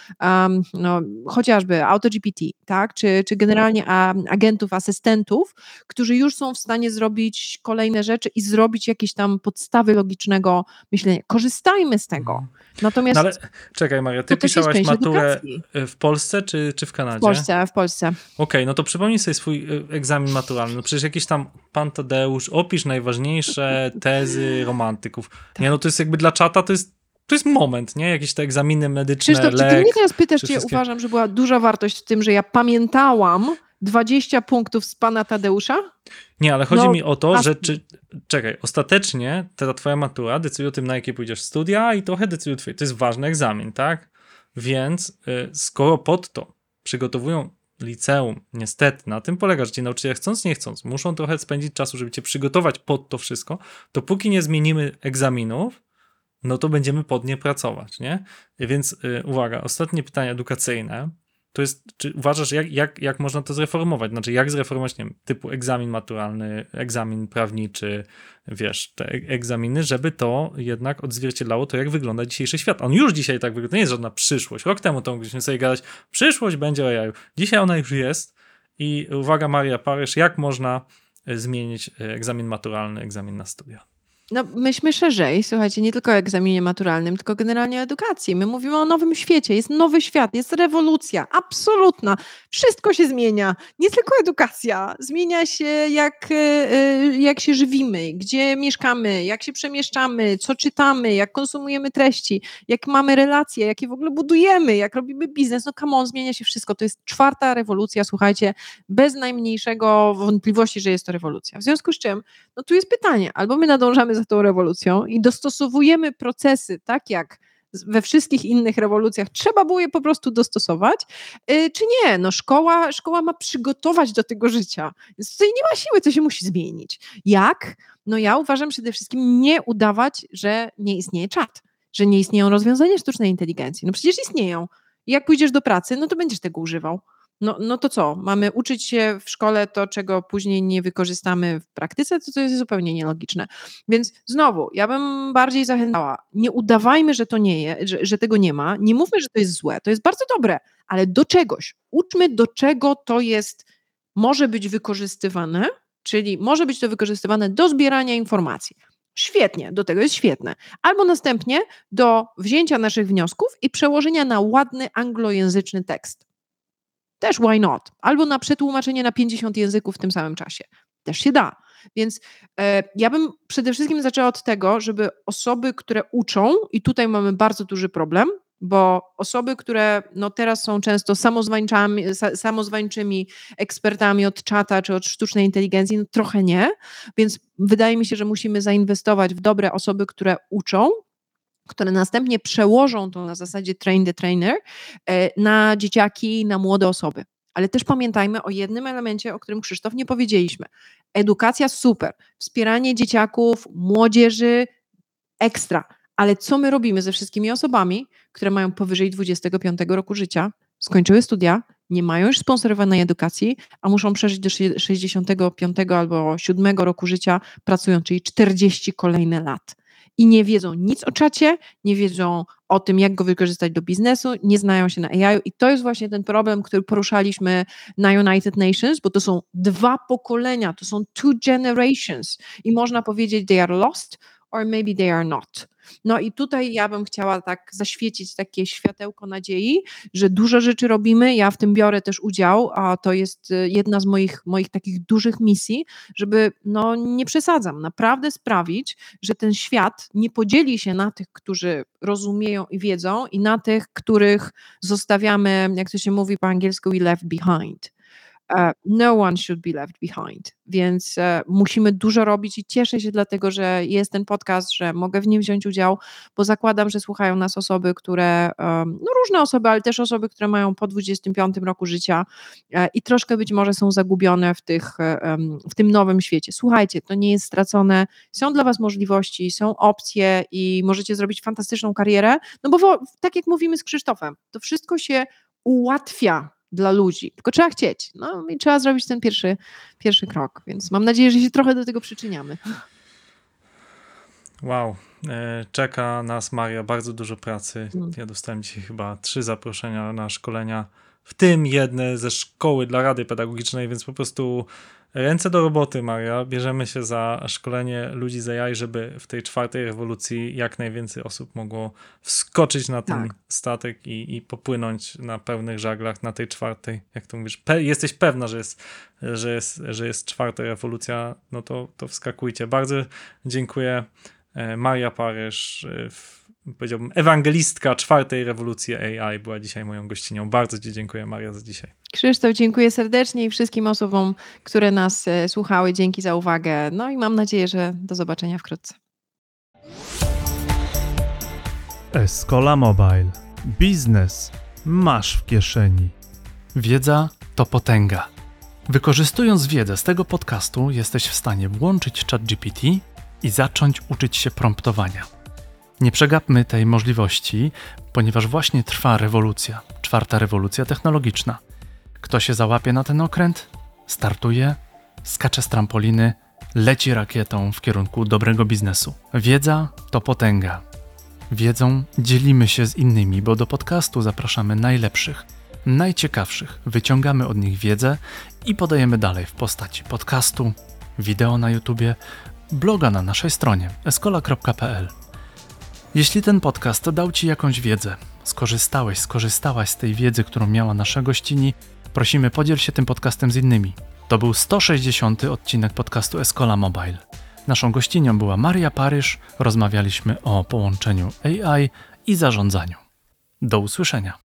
chociażby AutoGPT, tak? Czy generalnie agentów, asystentów, którzy już są w stanie zrobić kolejne rzeczy i zrobić jakieś tam podstawy logicznego myślenia. Korzystajmy z tego. Natomiast No ale czekaj, Maria, ty pisałaś maturę edukacji. w Polsce czy w Kanadzie? W Polsce. Okej, no to przypomnij sobie swój egzamin maturalny. No przecież jakiś tam pan Tadeusz, opisz najważniejsze tezy romantyków. Nie, no to jest jakby dla czata, to jest moment, nie? Jakieś te egzaminy medyczne, Krzysztof, czy ty mnie teraz pytasz, czy ja uważam, że była duża wartość w tym, że ja pamiętałam 20 punktów z pana Tadeusza? Nie, ale chodzi mi o to, że czekaj, ostatecznie ta twoja matura decyduje o tym, na jakie pójdziesz studia i trochę decyduje twoje. To jest ważny egzamin, tak? Więc skoro pod to przygotowują liceum, niestety, na tym polega, że ci nauczyciele chcąc, nie chcąc, muszą trochę spędzić czasu, żeby cię przygotować pod to wszystko, to póki nie zmienimy egzaminów, no to będziemy pod nie pracować, nie? Więc uwaga, ostatnie pytanie edukacyjne to jest, czy uważasz, jak można to zreformować? Znaczy, jak zreformować, nie wiem, typu egzamin maturalny, egzamin prawniczy, wiesz, te egzaminy, żeby to jednak odzwierciedlało to, jak wygląda dzisiejszy świat. On już dzisiaj tak wygląda, to nie jest żadna przyszłość. Rok temu to mogliśmy sobie gadać, przyszłość będzie o jaju. Dzisiaj ona już jest i uwaga, Maria Paryż, jak można zmienić egzamin maturalny, egzamin na studia? No, myślmy szerzej, słuchajcie, nie tylko o egzaminie maturalnym, tylko generalnie o edukacji. My mówimy o nowym świecie, jest nowy świat, jest rewolucja, absolutna. Wszystko się zmienia, nie tylko edukacja. Zmienia się jak się żywimy, gdzie mieszkamy, jak się przemieszczamy, co czytamy, jak konsumujemy treści, jak mamy relacje, jakie w ogóle budujemy, jak robimy biznes. No come on, zmienia się wszystko. To jest 4. rewolucja, słuchajcie, bez najmniejszego wątpliwości, że jest to rewolucja. W związku z czym, no tu jest pytanie, albo my nadążamy za tą rewolucją i dostosowujemy procesy tak jak we wszystkich innych rewolucjach, trzeba było je po prostu dostosować, czy nie, no szkoła ma przygotować do tego życia, więc tutaj nie ma siły, to się musi zmienić. Jak? No ja uważam przede wszystkim nie udawać, że nie istnieje czat, że nie istnieją rozwiązania sztucznej inteligencji, no przecież istnieją. I jak pójdziesz do pracy, no to będziesz tego używał. No to co? Mamy uczyć się w szkole to, czego później nie wykorzystamy w praktyce? To jest zupełnie nielogiczne. Więc znowu, ja bym bardziej zachęcała, nie udawajmy, że to nie jest, że tego nie ma, nie mówmy, że to jest złe, to jest bardzo dobre, ale do czegoś. Uczmy, do czego to jest, może być wykorzystywane, czyli może być to wykorzystywane do zbierania informacji. Świetnie, do tego jest świetne. Albo następnie do wzięcia naszych wniosków i przełożenia na ładny anglojęzyczny tekst. Też why not? Albo na przetłumaczenie na 50 języków w tym samym czasie. Też się da. Więc ja bym przede wszystkim zaczęła od tego, żeby osoby, które uczą, i tutaj mamy bardzo duży problem, bo osoby, które no teraz są często samozwańczymi ekspertami od czata czy od sztucznej inteligencji, no trochę nie, więc wydaje mi się, że musimy zainwestować w dobre osoby, które uczą, które następnie przełożą to na zasadzie train the trainer na dzieciaki, na młode osoby. Ale też pamiętajmy o jednym elemencie, o którym Krzysztof nie powiedzieliśmy. Edukacja super, wspieranie dzieciaków, młodzieży ekstra, ale co my robimy ze wszystkimi osobami, które mają powyżej 25 roku życia, skończyły studia, nie mają już sponsorowanej edukacji, a muszą przeżyć do 65 albo 7 roku życia pracując, czyli 40 kolejne lat. I nie wiedzą nic o czacie, nie wiedzą o tym, jak go wykorzystać do biznesu, nie znają się na AI i to jest właśnie ten problem, który poruszaliśmy na United Nations, bo to są 2 pokolenia, to są 2 generations i można powiedzieć they are lost or maybe they are not. No i tutaj ja bym chciała tak zaświecić takie światełko nadziei, że dużo rzeczy robimy, ja w tym biorę też udział, a to jest jedna z moich takich dużych misji, żeby, no nie przesadzam, naprawdę sprawić, że ten świat nie podzieli się na tych, którzy rozumieją i wiedzą i na tych, których zostawiamy, jak to się mówi po angielsku, we left behind. No one should be left behind, więc musimy dużo robić i cieszę się dlatego, że jest ten podcast, że mogę w nim wziąć udział, bo zakładam, że słuchają nas osoby, które, no różne osoby, ale też osoby, które mają po 25 roku życia i troszkę być może są zagubione w tym nowym świecie. Słuchajcie, to nie jest stracone, są dla was możliwości, są opcje i możecie zrobić fantastyczną karierę, no bo tak jak mówimy z Krzysztofem, to wszystko się ułatwia dla ludzi, tylko trzeba chcieć. No i trzeba zrobić ten pierwszy krok, więc mam nadzieję, że się trochę do tego przyczyniamy. Wow, czeka nas, Maria, bardzo dużo pracy. Ja dostałem dzisiaj chyba 3 zaproszenia na szkolenia, w tym jedne ze szkoły dla Rady Pedagogicznej, więc po prostu ręce do roboty, Maria. Bierzemy się za szkolenie ludzi z AI, żeby w tej 4. rewolucji jak najwięcej osób mogło wskoczyć na ten statek i popłynąć na pełnych żaglach na tej 4. Jak to mówisz, jesteś pewna, że jest 4. rewolucja, no to wskakujcie. Bardzo dziękuję. Maria Paryż, powiedziałbym ewangelistka 4. rewolucji AI, była dzisiaj moją gościnią. Bardzo ci dziękuję, Maria, za dzisiaj. Krzysztof, dziękuję serdecznie i wszystkim osobom, które nas słuchały. Dzięki za uwagę. No i mam nadzieję, że do zobaczenia wkrótce. Escola Mobile. Biznes masz w kieszeni. Wiedza to potęga. Wykorzystując wiedzę z tego podcastu, jesteś w stanie włączyć ChatGPT i zacząć uczyć się promptowania. Nie przegapmy tej możliwości, ponieważ właśnie trwa rewolucja, 4. rewolucja technologiczna. Kto się załapie na ten okręt, startuje, skacze z trampoliny, leci rakietą w kierunku dobrego biznesu. Wiedza to potęga. Wiedzą dzielimy się z innymi, bo do podcastu zapraszamy najlepszych, najciekawszych, wyciągamy od nich wiedzę i podajemy dalej w postaci podcastu, wideo na YouTubie, bloga na naszej stronie escola.pl. Jeśli ten podcast dał Ci jakąś wiedzę, skorzystałaś z tej wiedzy, którą miała nasza gościni, prosimy, podziel się tym podcastem z innymi. To był 160. odcinek podcastu Escola Mobile. Naszą gościnią była Maria Paryż, rozmawialiśmy o połączeniu AI i zarządzaniu. Do usłyszenia.